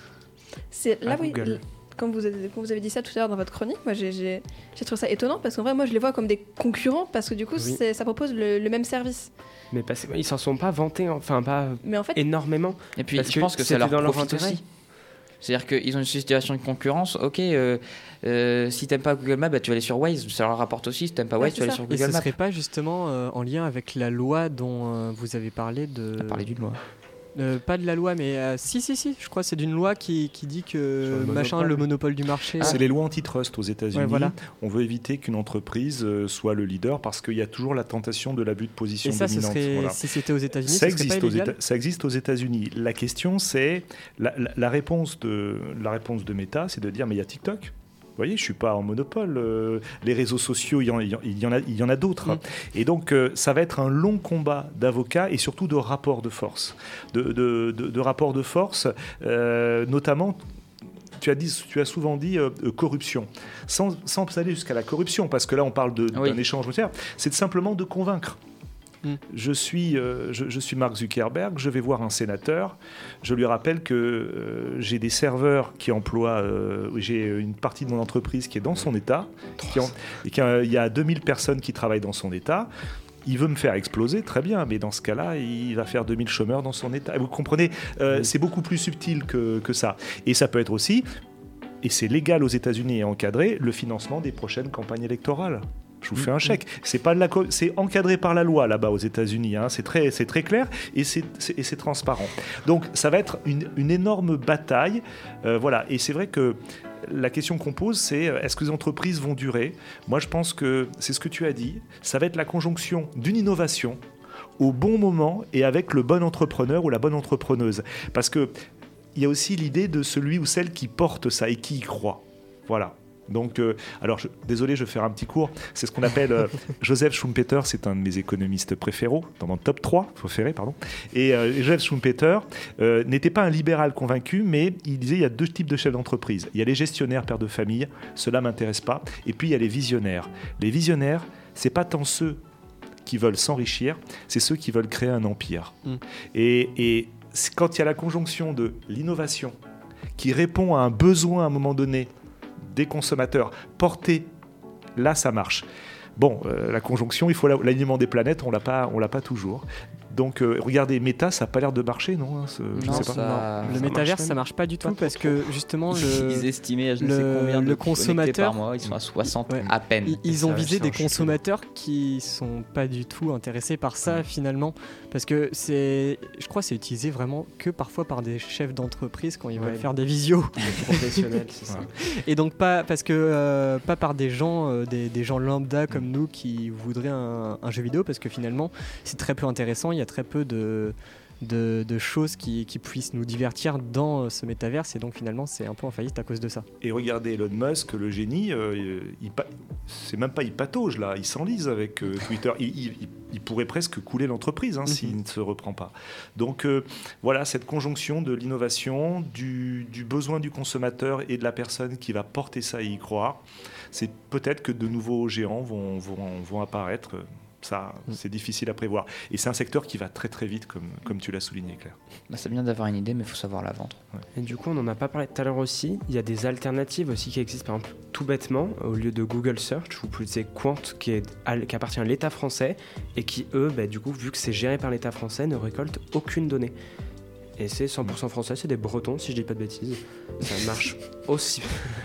C'est là À oui. Google. Quand vous, avez, quand vous avez dit ça tout à l'heure dans votre chronique, moi j'ai, j'ai, j'ai trouvé ça étonnant parce qu'en vrai, moi je les vois comme des concurrents parce que du coup, Oui. c'est, ça propose le, le même service. Mais parce, ils s'en sont pas vantés, enfin pas Mais en fait, énormément. Et puis, Parce je que pense que ça c'était leur dans leur profite intérêt. aussi. C'est-à-dire qu'ils ont une situation de concurrence. Ok, euh, euh, si t'aimes pas Google Maps, bah, tu vas aller sur Waze. Ça leur rapporte aussi. Si t'aimes pas Ouais, Waze, c'est tu vas aller ça. sur Et Google ce Maps. serait pas justement euh, en lien avec la loi dont euh, vous avez parlé de... On a parlé d'une loi. Euh, pas de la loi, mais euh, si, si, si, je crois que c'est d'une loi qui, qui dit que Sur le machin, monopole. le monopole du marché. C'est les lois antitrust aux États-Unis. Ouais, voilà. On veut éviter qu'une entreprise euh, soit le leader parce qu'il y a toujours la tentation de l'abus de position Et ça, ce dominante. serait, Voilà. si c'était aux États-Unis, Ça ce serait existe, pas aux illégal. Éta- ça existe aux États-Unis. La question, c'est la, la- la réponse de la réponse de Meta, c'est de dire mais il y a TikTok. Vous voyez, je suis pas en monopole. euh, les réseaux sociaux, il y en, il y en- il y en a, il y en a d'autres. Mm. Et donc, euh, ça va être un long combat d'avocats et surtout de rapports de force, de, de, de- de rapports de force, euh, notamment. Tu as, dit, tu as souvent dit euh, euh, corruption, sans, sans aller jusqu'à la corruption, parce que là on parle de- Oui. d'un échange monétaire, c'est simplement de convaincre. Mm. Je suis, euh, je, je suis Mark Zuckerberg, je vais voir un sénateur, je lui rappelle que euh, j'ai des serveurs qui emploient, euh, j'ai une partie de mon entreprise qui est dans son état, qui en- et qu'il y a deux mille personnes qui travaillent dans son état. Il veut me faire exploser, très bien, mais dans ce cas-là, il va faire deux mille chômeurs dans son état. Vous comprenez, euh, Oui. c'est beaucoup plus subtil que, que ça. Et ça peut être aussi, et c'est légal aux États-Unis et encadré, le financement des prochaines campagnes électorales. Je vous fais un chèque. C'est pas de la co- c'est encadré par la loi là-bas aux États-Unis. Hein. C'est très, c'est très clair et c'est, c'est- et c'est transparent. Donc ça va être une, une énorme bataille. Euh, voilà. Et c'est vrai que la question qu'on pose, c'est euh, est-ce que les entreprises vont durer ? Moi, je pense que c'est ce que tu as dit. Ça va être la conjonction d'une innovation au bon moment et avec le bon entrepreneur ou la bonne entrepreneuse. Parce que il y a aussi l'idée de celui ou celle qui porte ça et qui y croit. Voilà. Donc, euh, alors, je- désolé, je vais faire un petit cours. C'est ce qu'on appelle euh, Joseph Schumpeter, c'est un de mes économistes préférés, dans mon top trois, préférés, pardon. Et euh, Joseph Schumpeter euh, n'était pas un libéral convaincu, mais il disait il y a deux types de chefs d'entreprise. Il y a les gestionnaires, pères de famille, cela m'intéresse pas. Et puis il y a les visionnaires. Les visionnaires, c'est pas tant ceux qui veulent s'enrichir, c'est ceux qui veulent créer un empire. Mm. Et, et c'est quand il y a la conjonction de l'innovation qui répond à un besoin à un moment donné des consommateurs portés, là ça marche. Bon, euh, la conjonction, il faut la- l'alignement des planètes, on l'a pas, on l'a pas toujours. Donc euh, regardez, Meta, ça n'a pas l'air de marcher, non hein, ce- Je Non, sais pas. ça- Le ça métaverse, marche ça marche pas du tout pas parce trop, que justement Ils le, estimaient à je ne le- sais combien de le connectés consommateur- par mois. Ils sont à soixante Ouais. à peine. ils, ils Ça, ont ouais, visé c'est des un chute. consommateurs qui sont pas du tout intéressés par ça finalement parce que c'est, je crois, que c'est utilisé vraiment que parfois par des chefs d'entreprise quand ils Ouais. veulent faire des visios Les professionnels, c'est ça. et donc pas parce que euh, pas par des gens, euh, des, des gens lambda comme nous qui voudraient un, un jeu vidéo parce que finalement c'est très peu intéressant. Il y a très peu de de, de choses qui, qui puissent nous divertir dans ce métaverse et donc finalement c'est un peu en faillite à cause de ça. Et regardez Elon Musk, le génie, euh, il, pa- c'est même pas il patauge là, il s'enlise avec euh, Twitter. Il, il- il- il pourrait presque couler l'entreprise hein, Mhm. s'il ne se reprend pas. Donc euh, voilà, cette conjonction de l'innovation, du, du besoin du consommateur et de la personne qui va porter ça et y croire, c'est peut-être que de nouveaux géants vont, vont, vont apparaître. Ça, Mm. c'est difficile à prévoir. Et c'est un secteur qui va très très vite, comme, comme tu l'as souligné, Claire. Bah, c'est bien d'avoir une idée, mais il faut savoir la vendre. Et du coup, on n'en a pas parlé tout à l'heure aussi. Il y a des alternatives aussi qui existent. Par exemple, tout bêtement, au lieu de Google Search, vous pouvez utiliser Quant, qui, est, à- qui appartient à l'État français et qui, eux, bah, du coup, vu que c'est géré par l'État français, ne récoltent aucune donnée. Et c'est cent pour cent français, c'est des Bretons, si je dis pas de bêtises. Ça marche aussi.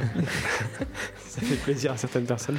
Ça fait plaisir à certaines personnes.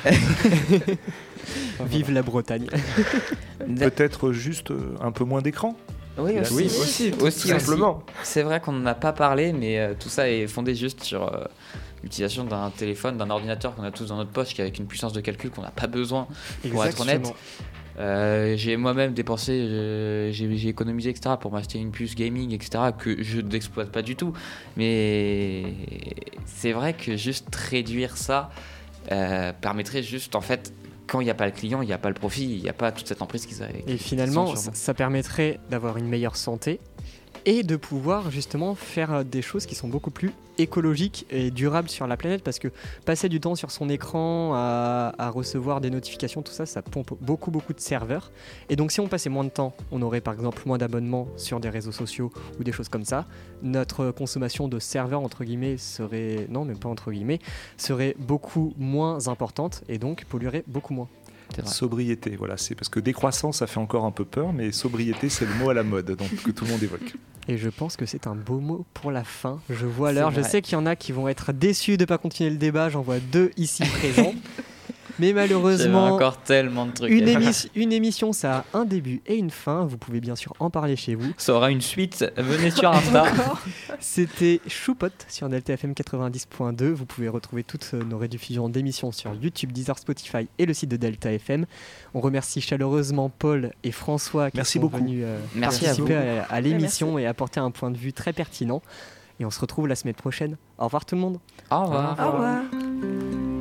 Vive la Bretagne. Peut-être juste euh, un peu moins d'écran. Oui, Oui, aussi. aussi, tout aussi, simplement. aussi. C'est vrai qu'on n'en a pas parlé, mais euh, tout ça est fondé juste sur euh, l'utilisation d'un téléphone, d'un ordinateur qu'on a tous dans notre poche, qui avec une puissance de calcul qu'on n'a pas besoin. Pour être honnête, Exactement. Euh, j'ai moi-même dépensé, euh, j'ai, j'ai économisé, et cetera, pour m'acheter une puce gaming, et cetera, que je n'exploite pas du tout. Mais c'est vrai que juste réduire ça euh, permettrait juste, en fait, quand il n'y a pas le client, il n'y a pas le profit, il n'y a pas toute cette emprise qu'ils avaient. Et finalement, ça, ça permettrait d'avoir une meilleure santé et de pouvoir justement faire des choses qui sont beaucoup plus écologiques et durables sur la planète, parce que passer du temps sur son écran à, à recevoir des notifications, tout ça, ça pompe beaucoup beaucoup de serveurs. Et donc si on passait moins de temps, on aurait par exemple moins d'abonnements sur des réseaux sociaux ou des choses comme ça. Notre consommation de serveurs entre guillemets serait, non même pas entre guillemets, serait beaucoup moins importante et donc polluerait beaucoup moins. Sobriété, voilà, c'est parce que décroissance, ça fait encore un peu peur, mais sobriété, c'est le mot à la mode, donc que tout le monde évoque. Et je pense que c'est un beau mot pour la fin. Je vois l'heure, je sais qu'il y en a qui vont être déçus de ne pas continuer le débat, j'en vois deux ici présents. Mais malheureusement, encore tellement de trucs. Une, émi- une émission, ça a un début et une fin. Vous pouvez bien sûr en parler chez vous. Ça aura une suite. Venez sur Insta. C'était Choupot sur Delta F M quatre-vingt-dix point deux. Vous pouvez retrouver toutes nos rediffusions d'émissions sur YouTube, Deezer, Spotify et le site de Delta F M. On remercie chaleureusement Paul et François qui Merci sont beaucoup. venus euh, Merci participer à, à, à l'émission ouais, et apporter un point de vue très pertinent. Et on se retrouve la semaine prochaine. Au revoir tout le monde. Au revoir. Au revoir.